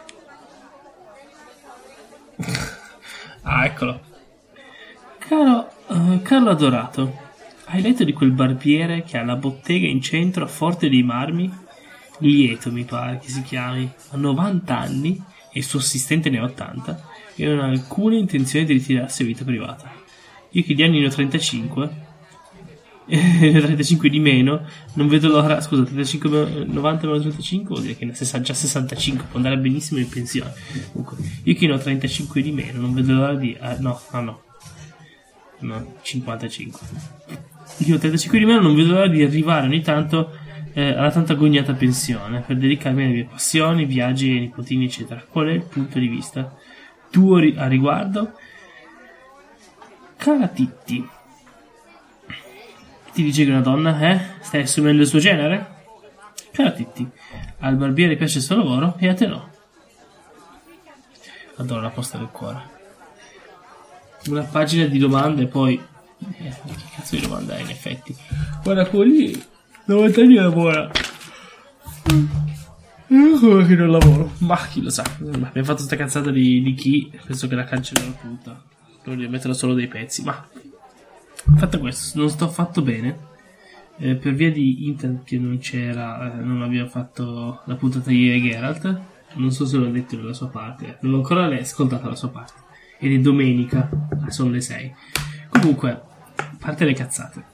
Ah, eccolo. Caro, uh, Carlo adorato, hai letto di quel barbiere che ha la bottega in centro a Forte dei Marmi? Lieto, mi pare che si chiami. Ha novanta anni e il suo assistente ne ha ottanta e non ha alcuna intenzione di ritirarsi a vita privata. Io che di anni ne ho trentacinque, trentacinque di meno, non vedo l'ora. Scusa, trentacinque, novanta meno trentacinque vuol dire che ne ha già sessantacinque, può andare benissimo in pensione. Comunque, io che ne ho trentacinque di meno, non vedo l'ora di... Eh, no, no, no. No, cinquantacinque. Io ne ho trentacinque di meno, non vedo l'ora di arrivare ogni tanto eh, alla tanto agognata pensione per dedicarmi alle mie passioni, viaggi, ai nipotini, eccetera. Qual è il punto di vista tuo ri- a riguardo? Cara Titti, ti dice che una donna, eh? Stai assumendo il suo genere? Cara Titti, al barbiere piace il suo lavoro e a te no. Adoro la Posta del Cuore. Una pagina di domande e poi... Eh, che cazzo di domanda è in effetti? Guarda quelli... novanta anni lavora. Io come che non lavoro? Ma chi lo sa. Ma abbiamo fatto sta cazzata di, di chi? Penso che la cancellerò tutta. Devo metterò solo dei pezzi. Ma... fatto questo, non sto affatto bene. Eh, per via di internet che non c'era, eh, non abbiamo fatto la puntata di ieri Geralt. Non so se l'ho detto nella sua parte. Non ho ancora ascoltato la sua parte. Ed è domenica, sono le sei. Comunque, a parte le cazzate.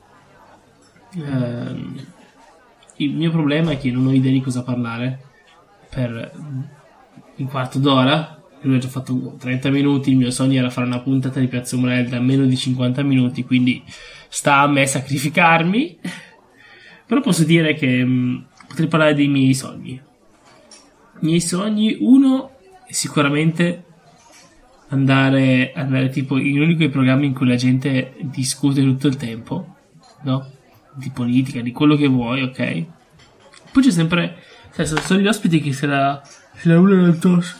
Eh, il mio problema è che non ho idea di cosa parlare per un quarto d'ora. Lui ha già fatto trenta minuti. Il mio sogno era fare una puntata di Piazza Umbral da meno di cinquanta minuti, quindi sta a me sacrificarmi. Però posso dire che mh, potrei parlare dei miei sogni. I miei sogni, uno è sicuramente andare andare tipo in uno di quei programmi in cui la gente discute tutto il tempo, no? Di politica, di quello che vuoi, ok? Poi c'è sempre, cioè, sono gli ospiti che se la se la urlano addosso.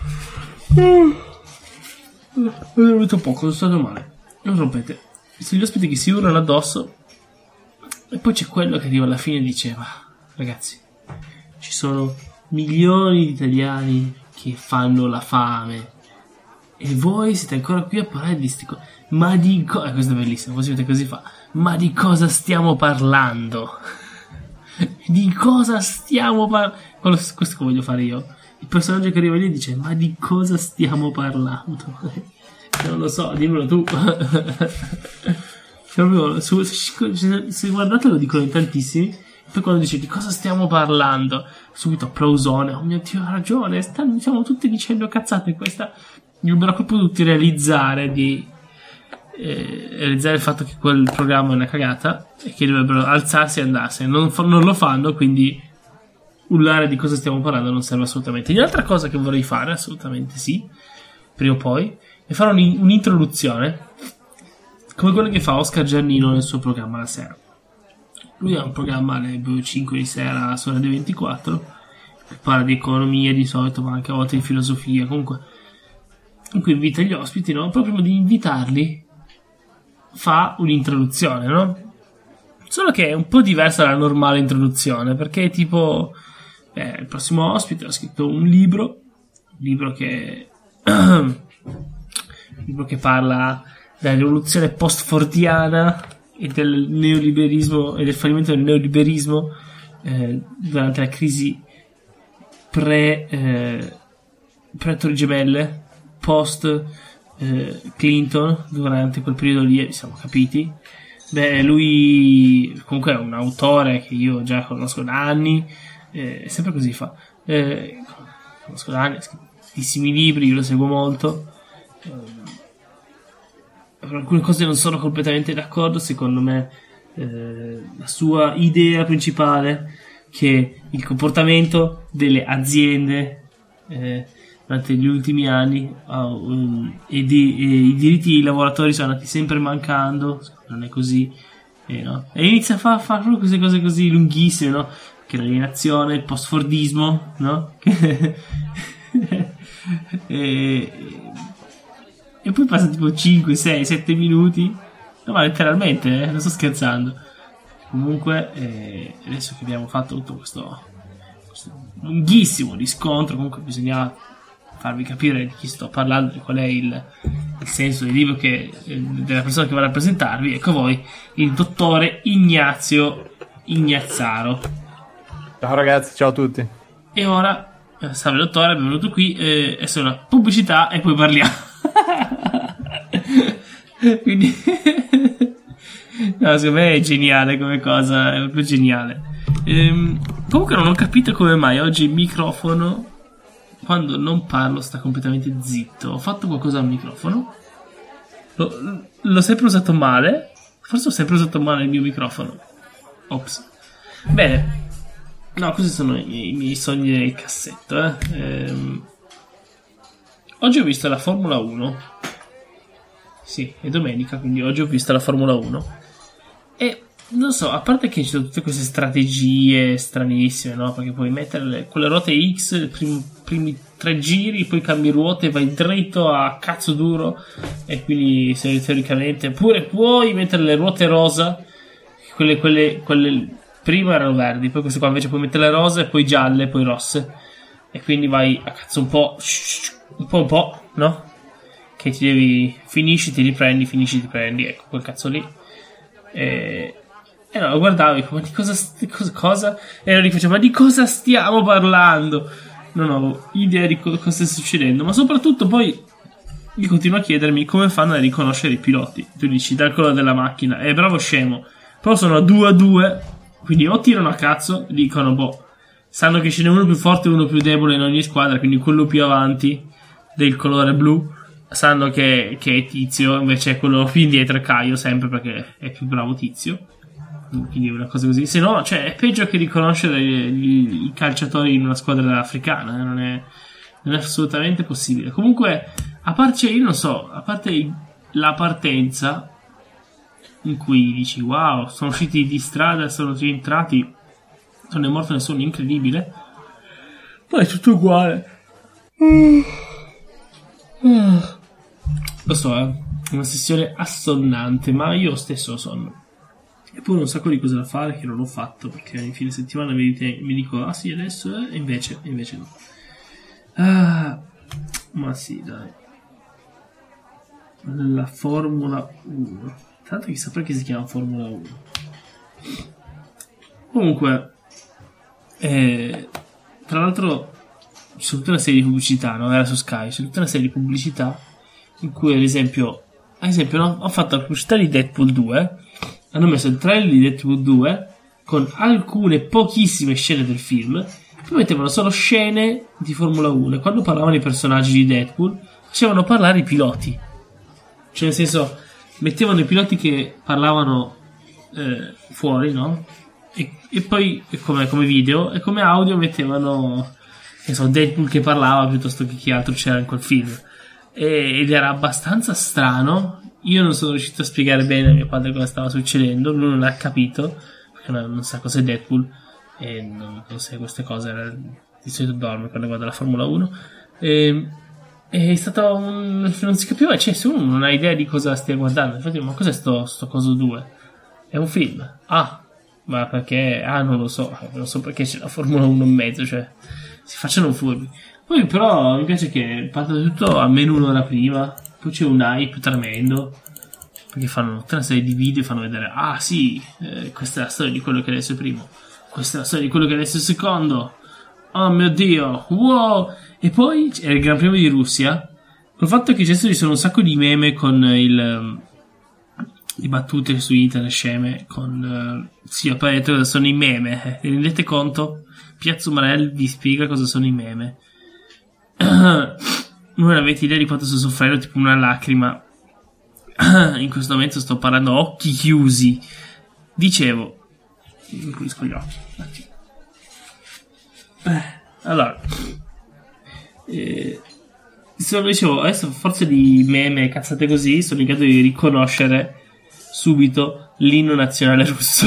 Ho dormito poco, sono stato male. Non rompete. Sono gli ospiti che si urlano addosso. E poi c'è quello che arriva alla fine e dice: ma ragazzi, ci sono milioni di italiani che fanno la fame e voi siete ancora qui a parlare di sti co- ma di cosa? Eh, questo è bellissimo, così vedete così fa. Ma di cosa stiamo parlando? Di cosa stiamo parlando? Questo che voglio fare io. Il personaggio che arriva lì dice: ma di cosa stiamo parlando? Non lo so, dimmelo tu. Proprio, su, se, se guardate lo dicono in tantissimi. Poi quando dice di cosa stiamo parlando, subito applausone. Oh mio Dio, ha ragione, stanno, stiamo tutti dicendo cazzate. Questa dovrebbero proprio tutti realizzare di eh, realizzare il fatto che quel programma è una cagata e che dovrebbero alzarsi e andarsene. Non, non lo fanno, quindi urlare di cosa stiamo parlando non serve assolutamente. Un'altra cosa che vorrei fare, assolutamente sì, prima o poi, è fare un, un'introduzione come quello che fa Oscar Giannino nel suo programma la sera. Lui ha un programma alle cinque di sera su Radio ventiquattro, parla di economia di solito, ma anche a volte di filosofia, comunque in cui invita gli ospiti, no? Proprio prima di invitarli fa un'introduzione, no? Solo che è un po' diversa dalla normale introduzione, perché è tipo eh, il prossimo ospite ha scritto un libro, un libro che un libro che parla della rivoluzione post-fordiana e del neoliberismo e del fallimento del neoliberismo eh, durante la crisi pre eh, pre Torri Gemelle, post eh, Clinton, durante quel periodo lì, siamo capiti. Beh, lui comunque è un autore che io già conosco da anni, eh, sempre così fa, eh, conosco da anni, ha scritto tantissimi libri, io lo seguo molto, eh, per alcune cose non sono completamente d'accordo. Secondo me eh, la sua idea principale, che il comportamento delle aziende eh, durante gli ultimi anni uh, um, e, di, e i diritti dei lavoratori sono andati sempre mancando, non è così, eh, no? E inizia a fare fa queste cose così lunghissime, no? Che l'alienazione, il post-fordismo, no? e, e poi passa tipo cinque, sei, sette minuti, no, ma letteralmente, eh, non sto scherzando. Comunque eh, adesso che abbiamo fatto tutto questo, questo lunghissimo riscontro, comunque bisognava farvi capire di chi sto parlando e qual è il, il senso del libro che, della persona che va a rappresentarvi. Ecco voi, il dottore Ignazio Ignazzaro. Ciao ragazzi, ciao a tutti. E ora, salve dottore, benvenuto qui, eh, adesso una pubblicità e poi parliamo. Quindi no, secondo me è geniale come cosa, è proprio geniale. Ehm, comunque non ho capito come mai oggi il microfono, quando non parlo, sta completamente zitto. Ho fatto qualcosa al microfono? Lo, l'ho sempre usato male? Forse ho sempre usato male il mio microfono. Ops. Bene. No, questi sono i, i miei sogni del cassetto, eh. Ehm, oggi ho visto la Formula uno. Sì, è domenica, quindi oggi ho visto la Formula uno. E non so, a parte che ci sono tutte queste strategie stranissime, no? Perché puoi mettere le, quelle ruote X, i primi, primi tre giri, poi cambi ruote, vai dritto a cazzo duro, e quindi teoricamente pure puoi mettere le ruote rosa, quelle, quelle, quelle prima erano verdi, poi queste qua invece puoi mettere le rose, poi gialle, poi rosse, e quindi vai a cazzo un po', un po' un po', no? Che ti devi, finisci, ti riprendi, finisci, ti prendi, ecco, quel cazzo lì. E, e no, lo guardavo e dico, ma di cosa, cosa, cosa? E allora gli facevo, ma di cosa stiamo parlando? Non ho idea di co- cosa stia succedendo, ma soprattutto poi gli continuo a chiedermi come fanno a riconoscere i piloti. Tu dici, dal colore della macchina, è bravo scemo, però sono a due a due, quindi o tirano a cazzo, dicono, boh, sanno che ce n'è uno più forte e uno più debole in ogni squadra, quindi quello più avanti del colore blu sanno che, che è Tizio, invece quello più indietro è Caio, sempre perché è più bravo Tizio, quindi una cosa così. Se no, cioè, è peggio che riconoscere gli, i calciatori in una squadra africana, eh? non, è, non è assolutamente possibile. Comunque, a parte, io non so, a parte la partenza in cui dici wow, sono usciti di strada, sono rientrati, non è morto nessuno, incredibile, poi è tutto uguale. mm. Mm. Lo so, è eh? una sessione assonnante, ma io stesso ho sonno. Eppure un sacco di cose da fare che non ho fatto, perché in fine settimana mi, dite, mi dico, ah sì, adesso è, e invece, e invece no. Ah, ma sì, dai. La Formula uno. Tanto chissà perché si chiama Formula uno. Comunque, eh, tra l'altro, c'è tutta una serie di pubblicità, no? Era su Sky, c'è tutta una serie di pubblicità in cui, ad esempio, ad esempio, no? Ho fatto la pubblicità di Deadpool due, hanno messo il trailer di Deadpool due con alcune pochissime scene del film, poi mettevano solo scene di Formula uno, e quando parlavano i personaggi di Deadpool facevano parlare i piloti, cioè nel senso mettevano i piloti che parlavano eh, fuori, no? E, e poi come, come video e come audio mettevano, che so, Deadpool che parlava piuttosto che chi altro c'era in quel film, e, ed era abbastanza strano. Io non sono riuscito a spiegare bene a mio padre cosa stava succedendo, lui non ha capito perché non, non sa cos'è Deadpool e non, non sa queste cose, era di solito dorme quando guarda la Formula uno. E, è stato un... non si capiva, cioè se uno non ha idea di cosa stia guardando, infatti, ma cos'è sto, sto coso due? È un film? Ah, ma perché? Ah, non lo so, non so perché c'è la Formula uno in mezzo, cioè si facciano furbi. Poi però mi piace che parte tutto almeno un'ora prima, poi c'è un hype tremendo, perché fanno tutta una serie di video e fanno vedere, ah sì, eh, questa è la storia di quello che adesso è primo, questa è la storia di quello che adesso è secondo, oh mio Dio, wow. E poi è il Gran Premio di Russia, col fatto che ci sono un sacco di meme con il di battute su internet sceme con uh, sì, poi detto cosa sono i meme, vi rendete conto? Piazza Umarell vi spiega cosa sono i meme. Non avete idea di quanto sto soffrendo, tipo una lacrima. In questo momento sto parlando a occhi chiusi. Dicevo, mi pulisco gli occhi. Allora, eh, sono, dicevo, adesso forse di meme e cazzate così sono in grado di riconoscere subito l'inno nazionale russo.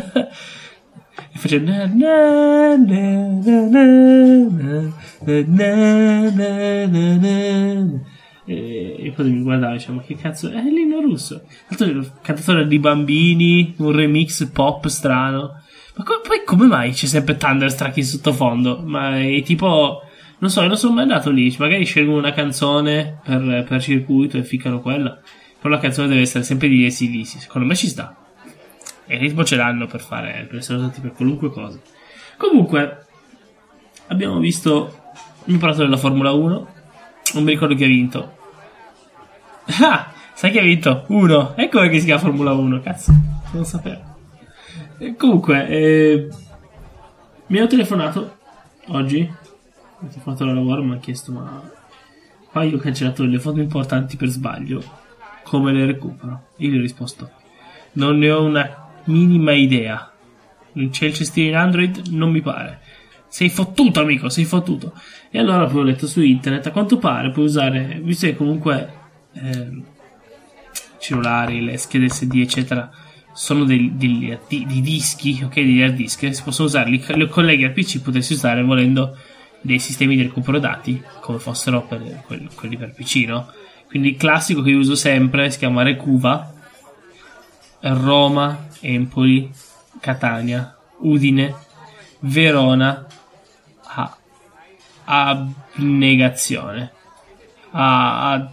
E faccio na na na na na na na na na. E poi mi guardavo e dicevo, ma che cazzo è l'inno russo? Cantatore di bambini, un remix pop strano. Ma come, poi come mai c'è sempre Thunderstruck in sottofondo? Ma è tipo, non so, io non sono mai andato lì. Magari scelgono una canzone per, per circuito e ficcano quella. Però la canzone deve essere sempre di A C D C. Secondo me ci sta. E il ritmo ce l'hanno per fare, per essere usati per qualunque cosa. Comunque, abbiamo visto, abbiamo parlato della Formula uno. Non mi ricordo chi ha vinto. Ah, sai chi ha vinto? Uno. Ecco perché si chiama Formula uno, cazzo. Non sapevo. E comunque, eh, mi hanno telefonato oggi. Mi ho telefonato da lavoro, mi hanno chiesto, ma qua io ho cancellato le foto importanti per sbaglio. Come le recupero? Io gli ho risposto, non ne ho una minima idea. Non c'è il cestino in Android? Non mi pare. Sei fottuto, amico, sei fottuto. E allora poi ho letto su internet, a quanto pare puoi usare, visto che comunque eh, cellulari, le schede S D eccetera sono dei, dei, dei, dei dischi, ok, degli hard disk, si possono usare, li, li colleghi al P C, potresti usare volendo dei sistemi di recupero dati come fossero per, quelli, quelli per P C, no? Quindi il classico che io uso sempre si chiama Recuva. Roma, Empoli, Catania, Udine, Verona, a, abnegazione, a, a,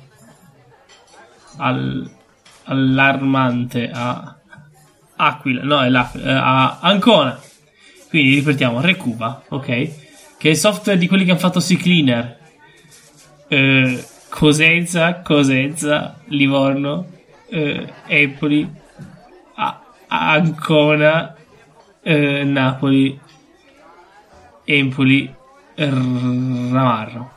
al, allarmante, a Aquila, no è l'Aquila, a Ancona. Quindi ripetiamo, Recuva, ok, che è il software di quelli che hanno fatto CCleaner, eh, Cosenza, Cosenza, Livorno, eh, Empoli, a, Ancona, eh, Napoli, Empoli, Ramarro.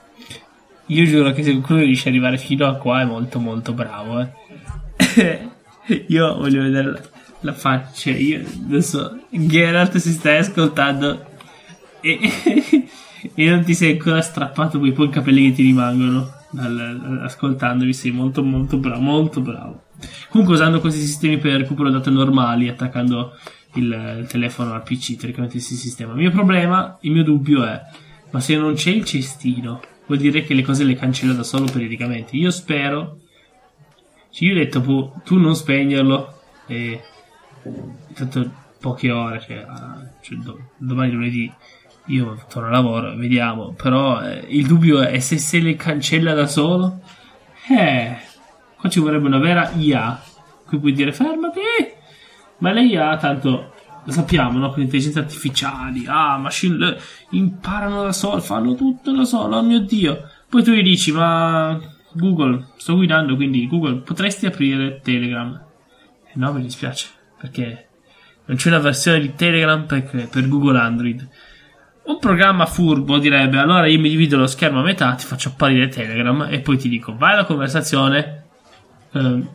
Io giuro che se qualcuno riesce ad arrivare fino a qua è molto molto bravo, eh. Io voglio vedere la, la faccia. Io adesso Geralt, si stai ascoltando e, e non ti sei ancora strappato quei pochi capelli che ti rimangono dal, ascoltandovi, sei molto molto bravo, molto bravo. Comunque, usando questi sistemi per recupero dati normali, attaccando il, il telefono al P C, teoricamente si sistema. Il mio problema, il mio dubbio è, ma se non c'è il cestino vuol dire che le cose le cancello da solo periodicamente. Io spero, cioè io ho detto pu, tu non spegnerlo e tanto poche ore, cioè, cioè do, domani lunedì io torno a lavoro, vediamo. Però eh, il dubbio è se se le cancella da solo, eh qua ci vorrebbe una vera I A qui puoi dire fermati, ma lei ha tanto, lo sappiamo, no? Con le intelligenze artificiali, ah, machine le- imparano da solo, fanno tutto da solo, oh mio Dio. Poi tu gli dici, ma Google, sto guidando, quindi Google, potresti aprire Telegram? E no, mi dispiace, perché non c'è una versione di Telegram per, per Google Android. Un programma furbo direbbe, allora io mi divido lo schermo a metà, ti faccio apparire Telegram e poi ti dico, vai alla conversazione, eh,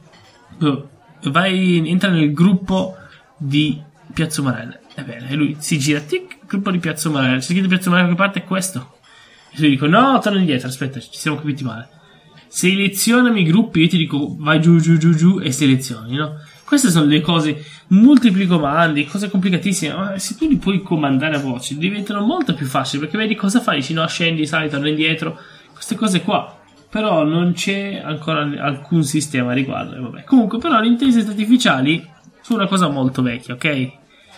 vai, entra nel gruppo di Piazza Umarell. Ebbene, e lui si gira, tic, gruppo di Piazza Umarell, si chiede Piazza Umarell, che parte è questo? E tu gli dico, no, torna indietro, aspetta, ci siamo capiti male. Selezionami i gruppi, io ti dico, vai giù, giù, giù, giù e selezioni, no? Queste sono le cose, multipli comandi, cose complicatissime, ma se tu li puoi comandare a voce diventano molto più facili, perché vedi cosa fai, dici no, scendi, sali, torna indietro, queste cose qua. Però non c'è ancora alcun sistema a riguardo. E vabbè. Comunque, però, le intelligenze artificiali sono una cosa molto vecchia, ok? Eh,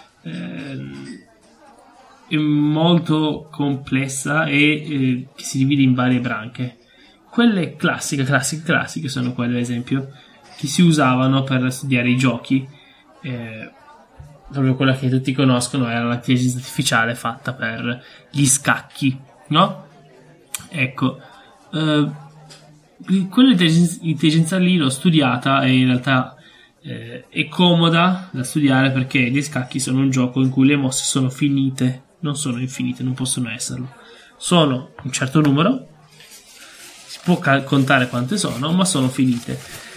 è molto complessa e eh, che si divide in varie branche. Quelle classiche, classiche, classiche sono quelle, ad esempio, che si usavano per studiare i giochi. Eh, proprio quella che tutti conoscono era l'intelligenza artificiale fatta per gli scacchi, no? Ecco. Eh, quell'intelligenza lì l'ho studiata e in realtà eh, è comoda da studiare perché gli scacchi sono un gioco in cui le mosse sono finite, non sono infinite, non possono esserlo, sono un certo numero, si può cal- contare quante sono, ma sono finite.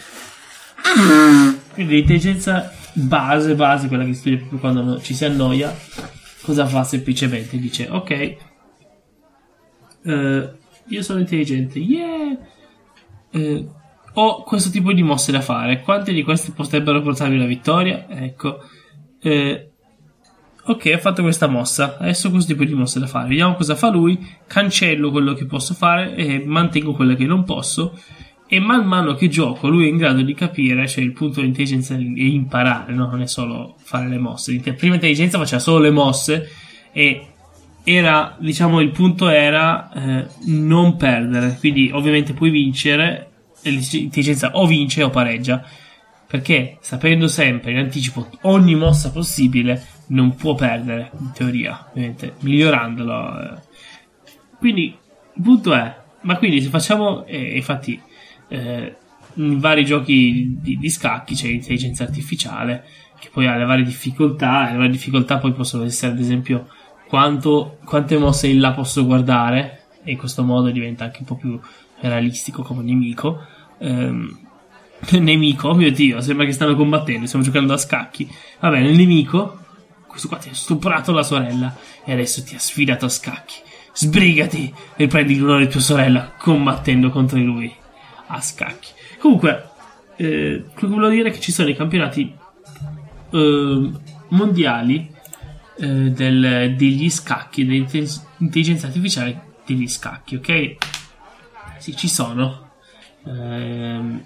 Quindi l'intelligenza base base, quella che studia proprio quando no, ci si annoia, cosa fa? Semplicemente dice ok, uh, io sono intelligente, yeah, Uh, ho questo tipo di mosse da fare, quante di queste potrebbero portarmi alla vittoria? Ecco, uh, ok, ho fatto questa mossa, adesso ho questo tipo di mosse da fare, vediamo cosa fa lui, cancello quello che posso fare e mantengo quello che non posso, e man mano che gioco lui è in grado di capire, cioè il punto dell'intelligenza è imparare, no? Non è solo fare le mosse. Prima intelligenza faceva solo le mosse e era, diciamo, il punto era eh, non perdere, quindi ovviamente puoi vincere, l'intelligenza o vince o pareggia, perché sapendo sempre in anticipo ogni mossa possibile non può perdere, in teoria, ovviamente migliorandolo. Eh. Quindi il punto è, ma quindi se facciamo, eh, infatti eh, in vari giochi di, di scacchi c'è l'intelligenza artificiale che poi ha le varie difficoltà, e le varie difficoltà poi possono essere ad esempio Quanto, quante mosse in là posso guardare, e in questo modo diventa anche un po' più realistico come nemico. Ehm, nemico, oh mio Dio, sembra che stanno combattendo, stiamo giocando a scacchi. Vabbè, nel nemico, questo qua ti ha stuprato la sorella e adesso ti ha sfidato a scacchi. Sbrigati e prendi l'onore di tua sorella combattendo contro di lui a scacchi. Comunque, eh, quello che volevo dire è che ci sono i campionati eh, mondiali Del, degli scacchi, dell'intelligenza artificiale degli scacchi, ok? Sì, ci sono. Ehm,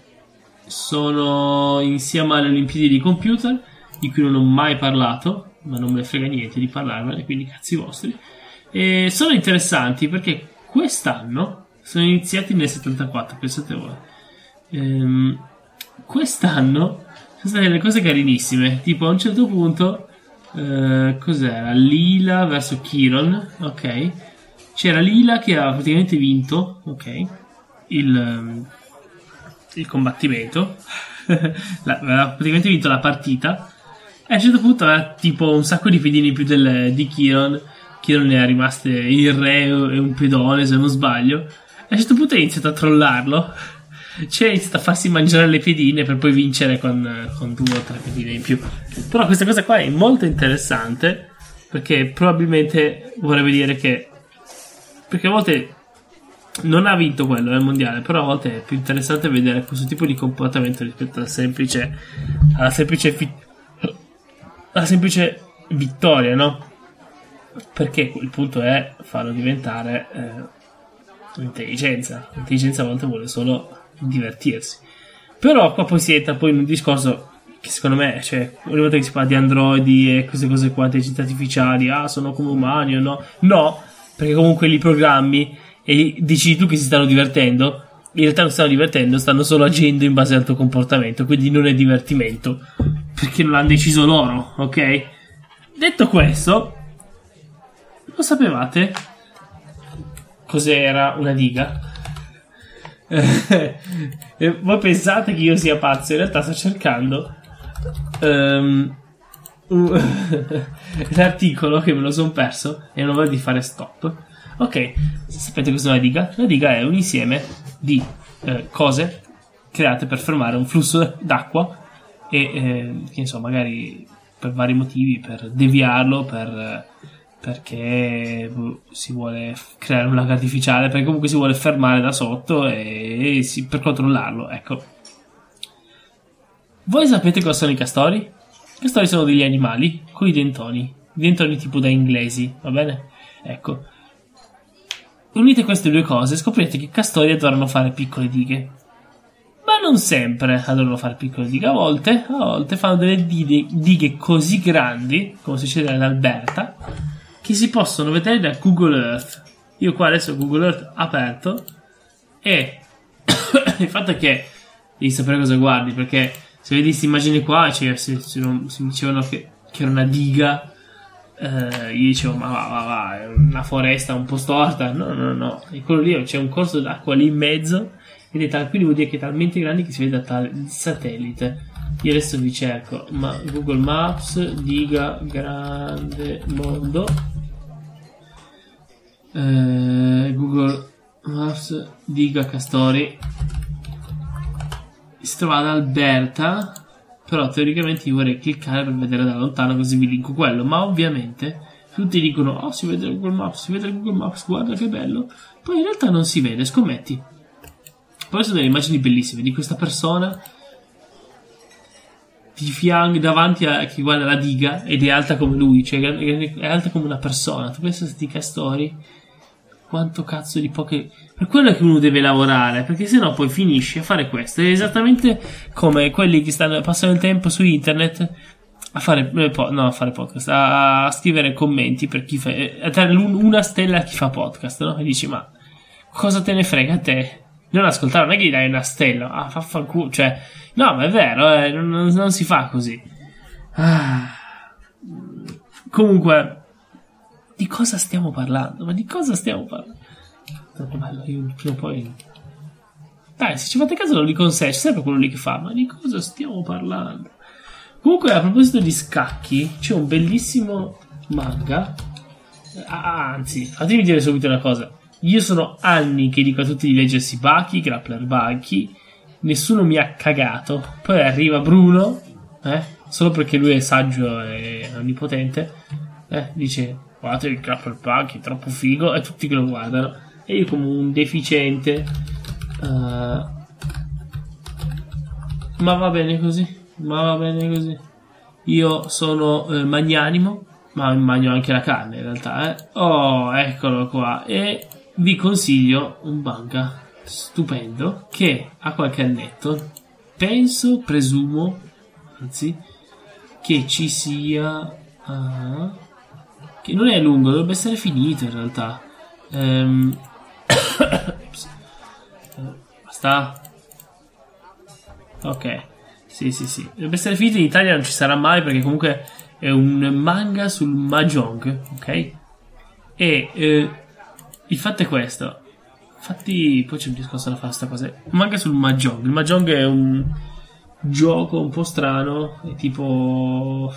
sono insieme alle Olimpiadi di computer, di cui non ho mai parlato, ma non me ne frega niente di parlarvene, quindi cazzi vostri. E sono interessanti perché quest'anno sono iniziati nel settantaquattro, pensate voi. Ehm, quest'anno sono state delle cose carinissime, tipo a un certo punto Uh, cos'era? Lila verso Chiron, ok. C'era Lila che aveva praticamente vinto, ok, il, um, il combattimento. la, aveva praticamente vinto la partita. E a un certo punto aveva tipo un sacco di pedini in più del, di Chiron. Chiron ne è rimasto il re e un pedone, se non sbaglio. E a un certo punto ha iniziato a trollarlo. Cioè, ha iniziato a farsi mangiare le pedine per poi vincere con, con due o tre pedine in più. Però questa cosa qua è molto interessante, perché probabilmente vorrebbe dire che, perché a volte non ha vinto quello nel mondiale, però a volte è più interessante vedere questo tipo di comportamento rispetto al semplice alla semplice fi- alla semplice vittoria, no? Perché il punto è farlo diventare eh, un'intelligenza. L'intelligenza a volte vuole solo divertirsi. Però qua poi si entra poi in un discorso che secondo me, cioè, una volta che si parla di androidi e queste cose qua, intelligenze artificiali, ah, sono come umani o no? No, perché comunque li programmi e decidi tu che si stanno divertendo. In realtà non stanno divertendo, stanno solo agendo in base al tuo comportamento, quindi non è divertimento, perché non l'hanno deciso loro, ok? Detto questo, lo sapevate cos'era una diga? E voi pensate che io sia pazzo, in realtà sto cercando um, uh, l'articolo che me lo sono perso e non voglio di fare stop. Ok, sapete cos'è una diga? Una diga è un insieme di eh, cose create per fermare un flusso d'acqua e eh, che ne so, magari per vari motivi, per deviarlo, per perché si vuole creare un lago artificiale, perché comunque si vuole fermare da sotto e, e si, per controllarlo, ecco. Voi sapete cosa sono i castori? I castori sono degli animali con i dentoni, i dentoni tipo da inglesi, va bene? Ecco, unite queste due cose e scoprirete che i castori adorano fare piccole dighe. Ma non sempre adorano fare piccole dighe, a volte, a volte fanno delle dighe, dighe così grandi, come succede ad Alberta, che si possono vedere da Google Earth. Io qua adesso ho Google Earth aperto e il fatto è che devi sapere cosa guardi, perché se vedi queste immagini qua, cioè, se, se, non, se mi dicevano che, che era una diga, eh, io dicevo ma va va va, è una foresta un po' storta. No no no, e quello lì c'è un corso d'acqua lì in mezzo ed è tal, quindi vuol dire che è talmente grande che si vede da tal satellite. Io adesso vi cerco ma Google Maps diga grande mondo, eh, Google Maps diga castori, si trova ad Alberta, però teoricamente io vorrei cliccare per vedere da lontano, così vi linko quello, ma ovviamente tutti dicono oh si vede Google Maps, si vede Google Maps, guarda che bello, poi in realtà non si vede, scommetti. Poi sono delle immagini bellissime di questa persona di fianco davanti a chi guarda la diga ed è alta come lui, cioè è alta come una persona. Tu pensa a questi castori, quanto cazzo di poche, per quello che uno deve lavorare, perché sennò poi finisce a fare questo. È esattamente come quelli che stanno passando il tempo su internet a fare no a fare podcast, a, a scrivere commenti per chi fa, a dare una stella a chi fa podcast, no? E dici ma cosa te ne frega a te? Non ascoltare, non è che gli dai una stella, ah, fa fanculo, cioè, no, ma è vero, eh, non, non, non si fa così. Ah. Comunque, di cosa stiamo parlando? Ma di cosa stiamo parlando? Troppo bello, io prima o poi. Dai, se ci fate caso, non li consegue, c'è sempre quello lì che fa, ma di cosa stiamo parlando? Comunque, a proposito di scacchi, c'è un bellissimo manga. Ah, anzi, fatemi dire subito una cosa. Io sono anni che dico a tutti di leggersi Baki, Grappler Baki, nessuno mi ha cagato. Poi arriva Bruno, eh, solo perché lui è saggio e onnipotente, eh, dice guardate il Grappler Baki, è troppo figo, e tutti che lo guardano. E io come un deficiente, uh, ma va bene così, ma va bene così. Io sono eh, magnanimo, ma mangio anche la carne in realtà, eh. Oh, eccolo qua. E vi consiglio un manga stupendo che ha qualche annetto, penso, presumo, anzi, che ci sia, uh, che non è lungo, dovrebbe essere finito in realtà. Um, basta. Ok, sì sì sì, dovrebbe essere finito. In Italia non ci sarà mai perché comunque è un manga sul mahjong, ok? E eh, il fatto è questo. Infatti poi c'è un discorso da fare sta cosa. Un manga sul mahjong. Il mahjong è un gioco un po' strano, è tipo,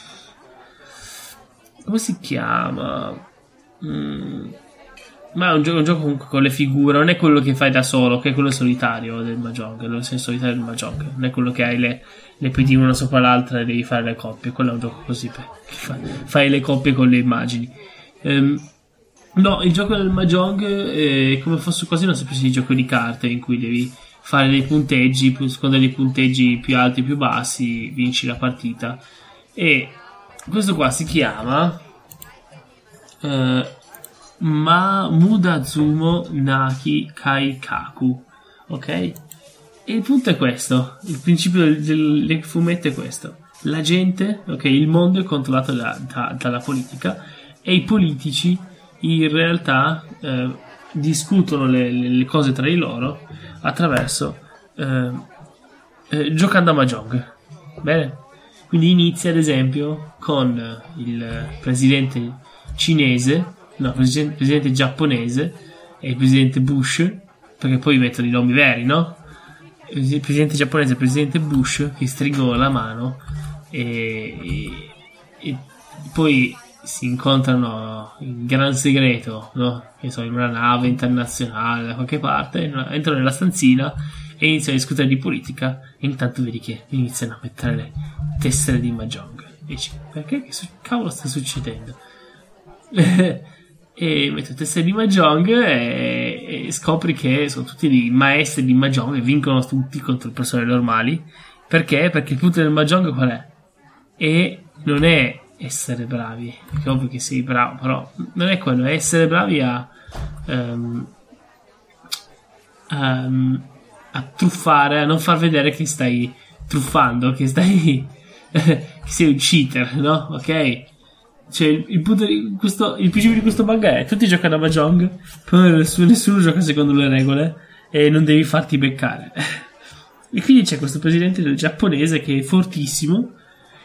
come si chiama? Mm. Ma è un gioco, un gioco comunque con le figure, non è quello che fai da solo, che è quello solitario del mahjong, il senso solitario del mahjong, non è quello che hai le, le pedine una sopra l'altra e devi fare le coppie. Quello è un gioco così, per, fai, fai le coppie con le immagini. Um, no, il gioco del mahjong è come fosse quasi una specie di gioco di carte in cui devi fare dei punteggi, secondo dei punteggi più alti e più bassi vinci la partita. E questo qua si chiama uh, Ma Mudazumo Naki Kaikaku, ok? E il punto è questo, il principio del, del, del fumetto è questo: la gente, ok, il mondo è controllato da, da, dalla politica e i politici in realtà eh, discutono le, le, le cose tra di loro attraverso eh, eh, giocando a mahjong. Bene? Quindi inizia ad esempio con il presidente cinese, no, presidente, presidente giapponese e il presidente Bush, perché poi mettono i nomi veri, no? Il presidente giapponese e il presidente Bush che stringono la mano e, e, e poi si incontrano in gran segreto, no? Che so, in una nave internazionale da qualche parte, entrano nella stanzina e iniziano a discutere di politica e intanto vedi che iniziano a mettere le tessere di mahjong e dici perché, che cavolo sta succedendo? E metto teste di mahjong e, e scopri che sono tutti dei maestri di mahjong e vincono tutti contro persone normali Perché? Perché il punto del Mahjong qual è? E non è essere bravi, è ovvio che sei bravo, però non è quello, è essere bravi a um, um, a truffare, a non far vedere che stai truffando, che stai che sei un cheater, no? Ok? Cioè il, il punto di questo, il principio di questo manga è: tutti giocano a Mahjong, però nessuno, nessuno gioca secondo le regole e non devi farti beccare. E quindi c'è questo presidente del giapponese che è fortissimo,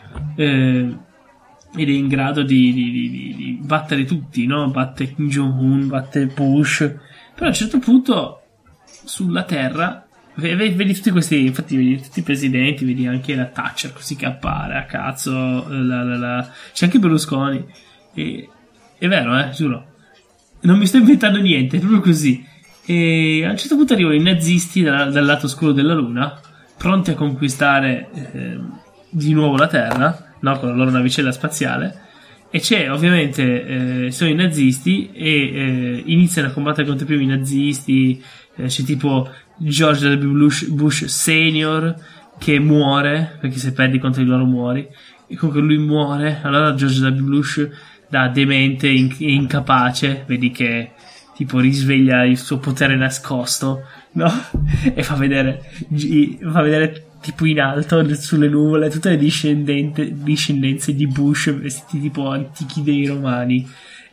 eh, ed è in grado di, di, di, di battere tutti, no? Batte Kim Jong-un, batte Bush, però a un certo punto sulla terra vedi, vedi tutti questi, infatti vedi tutti i presidenti, vedi anche la Thatcher così che appare a cazzo, la, la, la, c'è anche Berlusconi, e, è vero, eh, giuro, non mi sto inventando niente, è proprio così. E a un certo punto arrivano i nazisti dal, dal lato oscuro della luna, pronti a conquistare eh, di nuovo la terra, no, con la loro navicella spaziale, e c'è ovviamente eh, sono i nazisti e eh, iniziano a combattere contro i primi nazisti. Eh, c'è tipo George W. Bush, Bush senior che muore, perché se perdi contro di loro muori, e comunque lui muore. Allora George W. Bush, da demente e in- incapace, vedi che tipo risveglia il suo potere nascosto, no? E fa vedere fa vedere tipo in alto sulle nuvole tutte le discendenze di Bush vestiti tipo antichi dei romani,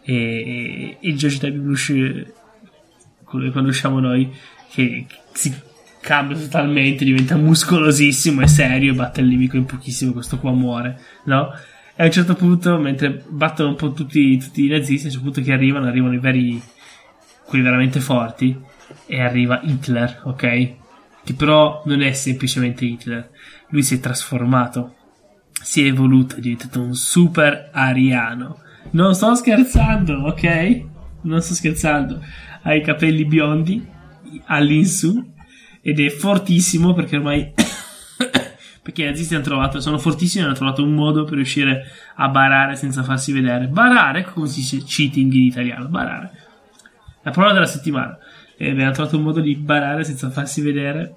e, e George W. Bush, quello che conosciamo noi, che si cambia totalmente, diventa muscolosissimo e serio e batte il nemico in pochissimo. Questo qua muore, no? E a un certo punto, mentre battono un po' tutti, tutti i nazisti, a un certo punto che arrivano arrivano i veri, quelli veramente forti, e arriva Hitler, ok? Che però non è semplicemente Hitler, lui si è trasformato, si è evoluto, è diventato un super ariano. Non sto scherzando, ok? Non sto scherzando. Ha i capelli biondi all'insù ed è fortissimo, perché ormai perché i nazisti hanno trovato, sono fortissimi, hanno trovato un modo per riuscire a barare senza farsi vedere. Barare, come si dice cheating in italiano? Barare, la parola della settimana. E hanno trovato un modo di barare senza farsi vedere,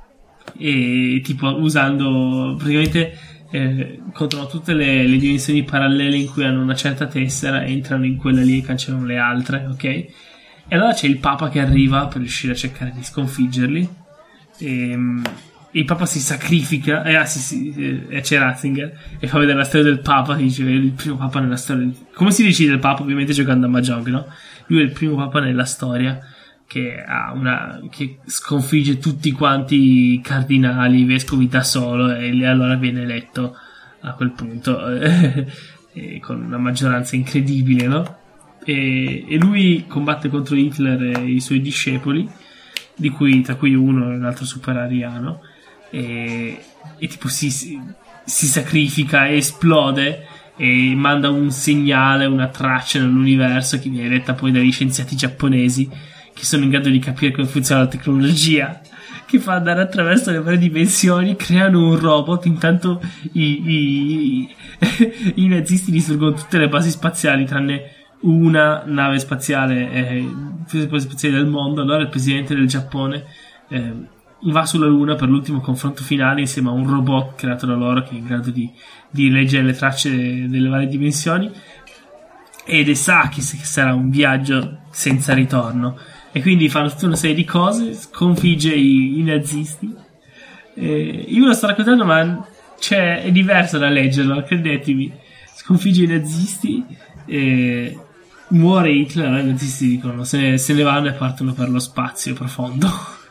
e tipo usando praticamente eh, controllano tutte le, le dimensioni parallele in cui hanno una certa tessera, entrano in quella lì e cancellano le altre, ok? E allora c'è il Papa che arriva per riuscire a cercare di sconfiggerli, e il Papa si sacrifica, e ah, sì, sì, eh, c'è Ratzinger e fa vedere la storia del Papa, che dice: il primo Papa nella storia. Come si decide il Papa? Ovviamente giocando a Mahjong, no? Lui è il primo Papa nella storia che ha una che sconfigge tutti quanti i cardinali, i vescovi da solo, e allora viene eletto a quel punto eh, eh, con una maggioranza incredibile, no? E, e lui combatte contro Hitler e i suoi discepoli, di cui tra cui uno è un altro super ariano, e, e tipo si, si, si sacrifica e esplode e manda un segnale, una traccia nell'universo che viene letta poi dagli scienziati giapponesi, che sono in grado di capire come funziona la tecnologia, che fa andare attraverso le varie dimensioni, creano un robot. Intanto i, i, i nazisti distruggono tutte le basi spaziali tranne una nave spaziale, eh, tutte le basi spaziali del mondo. Allora il presidente del Giappone eh, va sulla Luna per l'ultimo confronto finale insieme a un robot creato da loro, che è in grado di, di leggere le tracce delle varie dimensioni, ed è sa che sarà un viaggio senza ritorno, e quindi fanno tutta una serie di cose, sconfigge i, i nazisti. Eh, io ve lo sto raccontando, ma cioè, è diverso da leggerlo, credetemi. Sconfigge i nazisti, eh, muore Hitler, i nazisti dicono se ne, se ne vanno e partono per lo spazio profondo.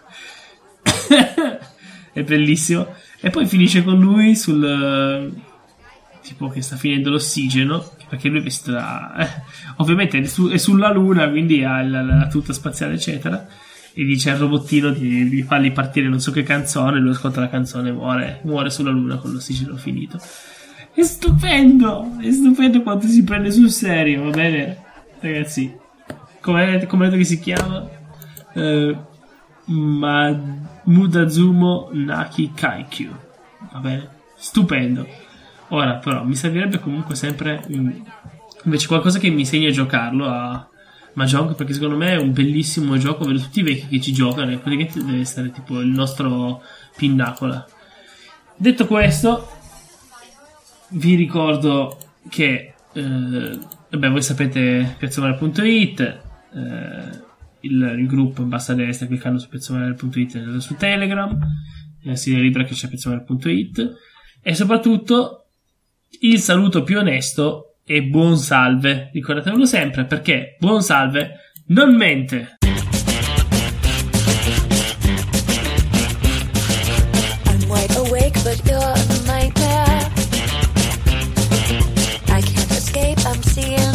È bellissimo. E poi finisce con lui sul tipo che sta finendo l'ossigeno, perché lui è vestito da eh, ovviamente è, su, è sulla luna, quindi ha la, la tuta spaziale eccetera, e dice al robottino di, di fargli partire non so che canzone, lui ascolta la canzone e muore, muore sulla luna con l'ossigeno finito. È stupendo, è stupendo quanto si prende sul serio, va bene ragazzi? Come, come detto che si chiama? Uh, Ma Mudazumo Naki Kaikyu, va bene? Stupendo. Ora però mi servirebbe comunque sempre invece qualcosa che mi insegni a giocarlo a Mahjong, perché secondo me è un bellissimo gioco, vedo tutti i vecchi che ci giocano e praticamente deve essere tipo il nostro pinnacola. Detto questo, vi ricordo che eh, vabbè, voi sapete piazzamare punto it, eh, il, il gruppo in basso a destra, cliccando su piazzamare punto it su Telegram, la sede libera che c'è piazzamare punto it, e soprattutto il saluto più onesto è buon salve. Ricordatevelo sempre, perché buon salve non mente. I'm wide awake, but you're a nightmare. I can't escape, I'm seeing